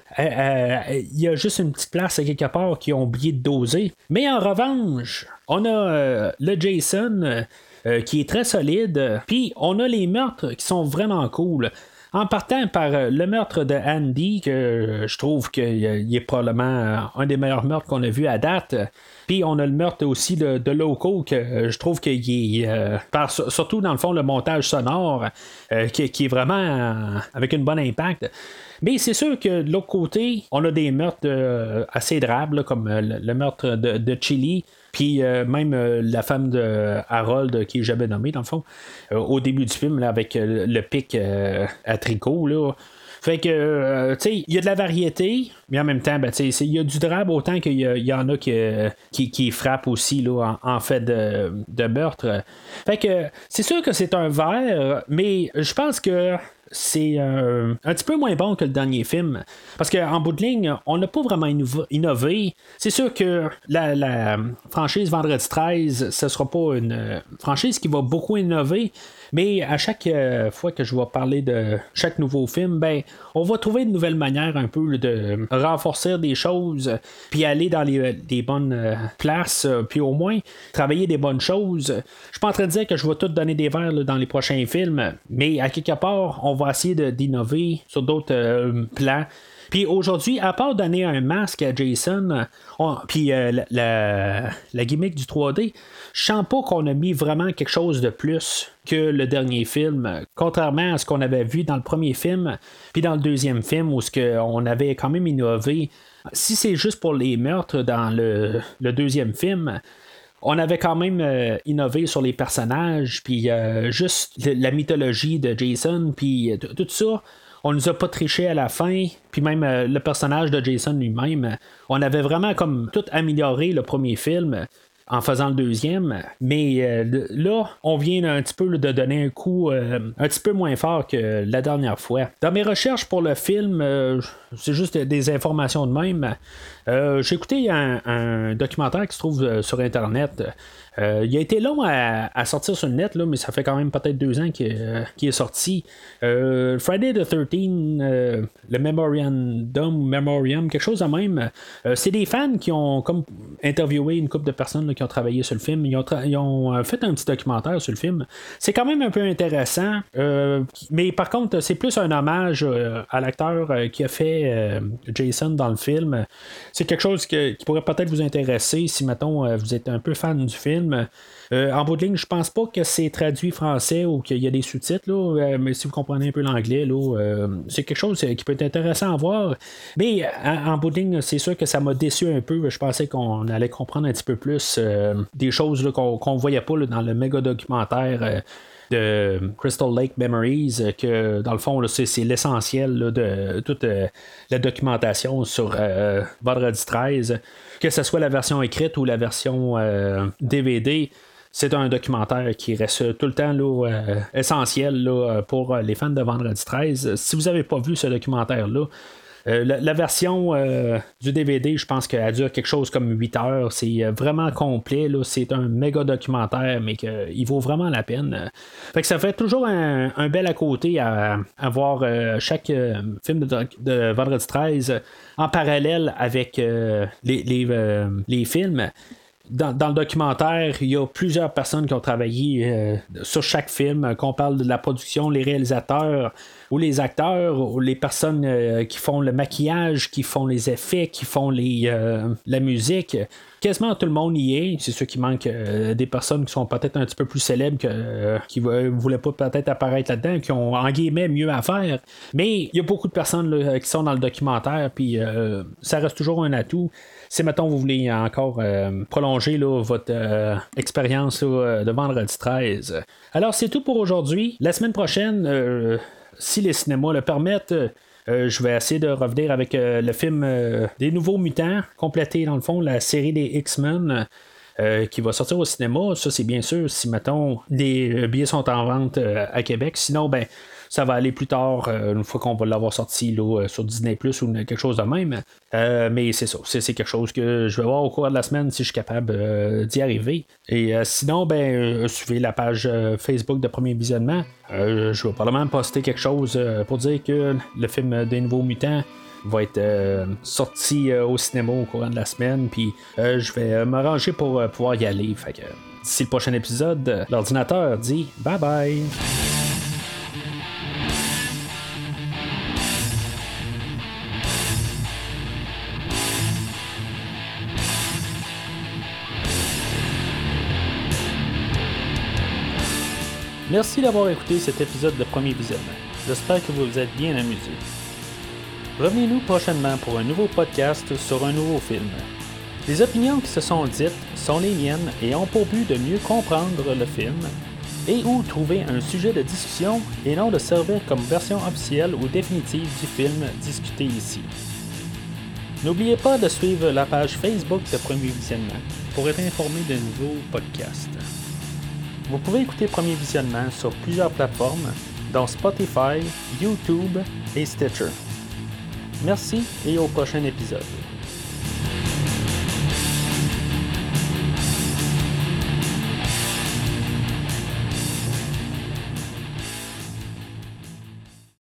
Il y a juste une petite place à quelque part qui ont oublié de doser. Mais en revanche, on a euh, le Jason euh, qui est très solide, puis on a les meurtres qui sont vraiment cool. En partant par le meurtre de Andy, que je trouve qu'il est probablement un des meilleurs meurtres qu'on a vu à date. Puis on a le meurtre aussi de, de Loco, que je trouve qu'il est, euh, par, surtout dans le fond, le montage sonore, euh, qui, qui est vraiment euh, avec une bonne impact. Mais c'est sûr que de l'autre côté, on a des meurtres euh, assez drables, là, comme euh, le, le meurtre de, de Chili. Puis euh, même euh, la femme de Harold, qui est jamais nommée dans le fond, euh, au début du film, là, avec euh, le pic euh, à tricot, là. Fait que, euh, tu sais, il y a de la variété, mais en même temps, ben, tu sais, il y a du drame autant qu'il y, y en a qui, qui, qui frappent aussi, là, en, en fait de, de meurtre. Fait que, c'est sûr que c'est un verre, mais je pense que c'est euh, un petit peu moins bon que le dernier film. Parce qu'en bout de ligne, on n'a pas vraiment innové. C'est sûr que la, la franchise Vendredi treize, ce ne sera pas une franchise qui va beaucoup innover. Mais à chaque euh, fois que je vais parler de chaque nouveau film, ben, on va trouver une nouvelle manière un peu de renforcer des choses, puis aller dans les, les bonnes euh, places, euh, puis au moins travailler des bonnes choses. Je suis pas en train de dire que je vais tout donner des verres là, dans les prochains films, mais à quelque part, on va essayer de, d'innover sur d'autres euh, plans. Puis aujourd'hui, à part donner un masque à Jason, on, puis euh, la, la, la gimmick du trois D, je sens pas qu'on a mis vraiment quelque chose de plus que le dernier film, contrairement à ce qu'on avait vu dans le premier film, puis dans le deuxième film, où ce que on avait quand même innové. Si c'est juste pour les meurtres dans le, le deuxième film, on avait quand même euh, innové sur les personnages, puis euh, juste la mythologie de Jason, puis t- tout ça. On nous a pas triché à la fin, puis même euh, le personnage de Jason lui-même, on avait vraiment comme tout amélioré le premier film en faisant le deuxième, mais euh, là, on vient un petit peu de donner un coup euh, un petit peu moins fort que la dernière fois. Dans mes recherches pour le film, euh, c'est juste des informations de même. Euh, j'ai écouté un, un documentaire qui se trouve euh, sur Internet. Euh, il a été long à, à sortir sur le net, là, mais ça fait quand même peut-être deux ans qu'il, euh, qu'il est sorti. Euh, Friday the thirteenth, euh, le Memorandum, Memoriam, quelque chose de même. Euh, c'est des fans qui ont comme interviewé une couple de personnes là, qui ont travaillé sur le film. Ils ont, tra- ils ont fait un petit documentaire sur le film. C'est quand même un peu intéressant, euh, mais par contre, c'est plus un hommage euh, à l'acteur euh, qui a fait euh, Jason dans le film. C'est quelque chose que, qui pourrait peut-être vous intéresser si, mettons, euh, vous êtes un peu fan du film. Euh, en bout de ligne, je pense pas que c'est traduit français ou qu'il y a des sous-titres, là, euh, mais si vous comprenez un peu l'anglais, là, euh, c'est quelque chose qui peut être intéressant à voir. Mais en, en bout de ligne, c'est sûr que ça m'a déçu un peu. Je pensais qu'on allait comprendre un petit peu plus euh, des choses là, qu'on, qu'on voyait pas là, dans le méga documentaire. Euh, de Crystal Lake Memories, que dans le fond, là, c'est, c'est l'essentiel là, de toute euh, la documentation sur euh, Vendredi treize, que ce soit la version écrite ou la version euh, D V D. C'est un documentaire qui reste tout le temps là, euh, essentiel là, pour les fans de Vendredi treize. Si vous n'avez pas vu ce documentaire-là, Euh, la, la version euh, du D V D, je pense qu'elle dure quelque chose comme huit heures. C'est euh, vraiment complet. Là. C'est un méga documentaire, mais qu'il vaut vraiment la peine. Fait que ça fait toujours un, un bel à côté à, à voir euh, chaque euh, film de, de Vendredi treize en parallèle avec euh, les, les, euh, les films. Dans, dans le documentaire, il y a plusieurs personnes qui ont travaillé euh, sur chaque film, qu'on parle de la production, les réalisateurs ou les acteurs, ou les personnes euh, qui font le maquillage, qui font les effets, qui font les, euh, la musique. Quasiment tout le monde y est. C'est sûr qu'il manque euh, des personnes qui sont peut-être un petit peu plus célèbres, que, euh, qui ne voulaient pas peut-être apparaître là-dedans, qui ont en guillemets mieux à faire. Mais il y a beaucoup de personnes là, qui sont dans le documentaire, puis euh, ça reste toujours un atout. Si, mettons, vous voulez encore euh, prolonger là, votre euh, expérience là, de Vendredi treize. Alors, c'est tout pour aujourd'hui. La semaine prochaine, euh, si les cinémas le permettent, euh, je vais essayer de revenir avec euh, le film euh, des Nouveaux Mutants, compléter dans le fond la série des X-Men. Euh, qui va sortir au cinéma. Ça, c'est bien sûr si, mettons, les billets sont en vente euh, à Québec. Sinon, ben, ça va aller plus tard, euh, une fois qu'on va l'avoir sorti là, sur Disney plus ou quelque chose de même. Euh, mais c'est ça. C'est, c'est quelque chose que je vais voir au cours de la semaine si je suis capable euh, d'y arriver. Et euh, sinon, ben, euh, suivez la page euh, Facebook de Premier Visionnement. Euh, je vais probablement poster quelque chose euh, pour dire que le film des Nouveaux Mutants va être euh, sorti euh, au cinéma au courant de la semaine, puis euh, je vais euh, m'arranger pour euh, pouvoir y aller. Fait que d'ici le prochain épisode, euh, l'ordinateur dit bye bye. Merci d'avoir écouté cet épisode de Premier Visionnement. J'espère que vous vous êtes bien amusés. Revenez-nous prochainement pour un nouveau podcast sur un nouveau film. Les opinions qui se sont dites sont les miennes et ont pour but de mieux comprendre le film et ou trouver un sujet de discussion et non de servir comme version officielle ou définitive du film discuté ici. N'oubliez pas de suivre la page Facebook de Premier Visionnement pour être informé de nouveaux podcasts. Vous pouvez écouter Premier Visionnement sur plusieurs plateformes, dont Spotify, YouTube et Stitcher. Merci et au prochain épisode.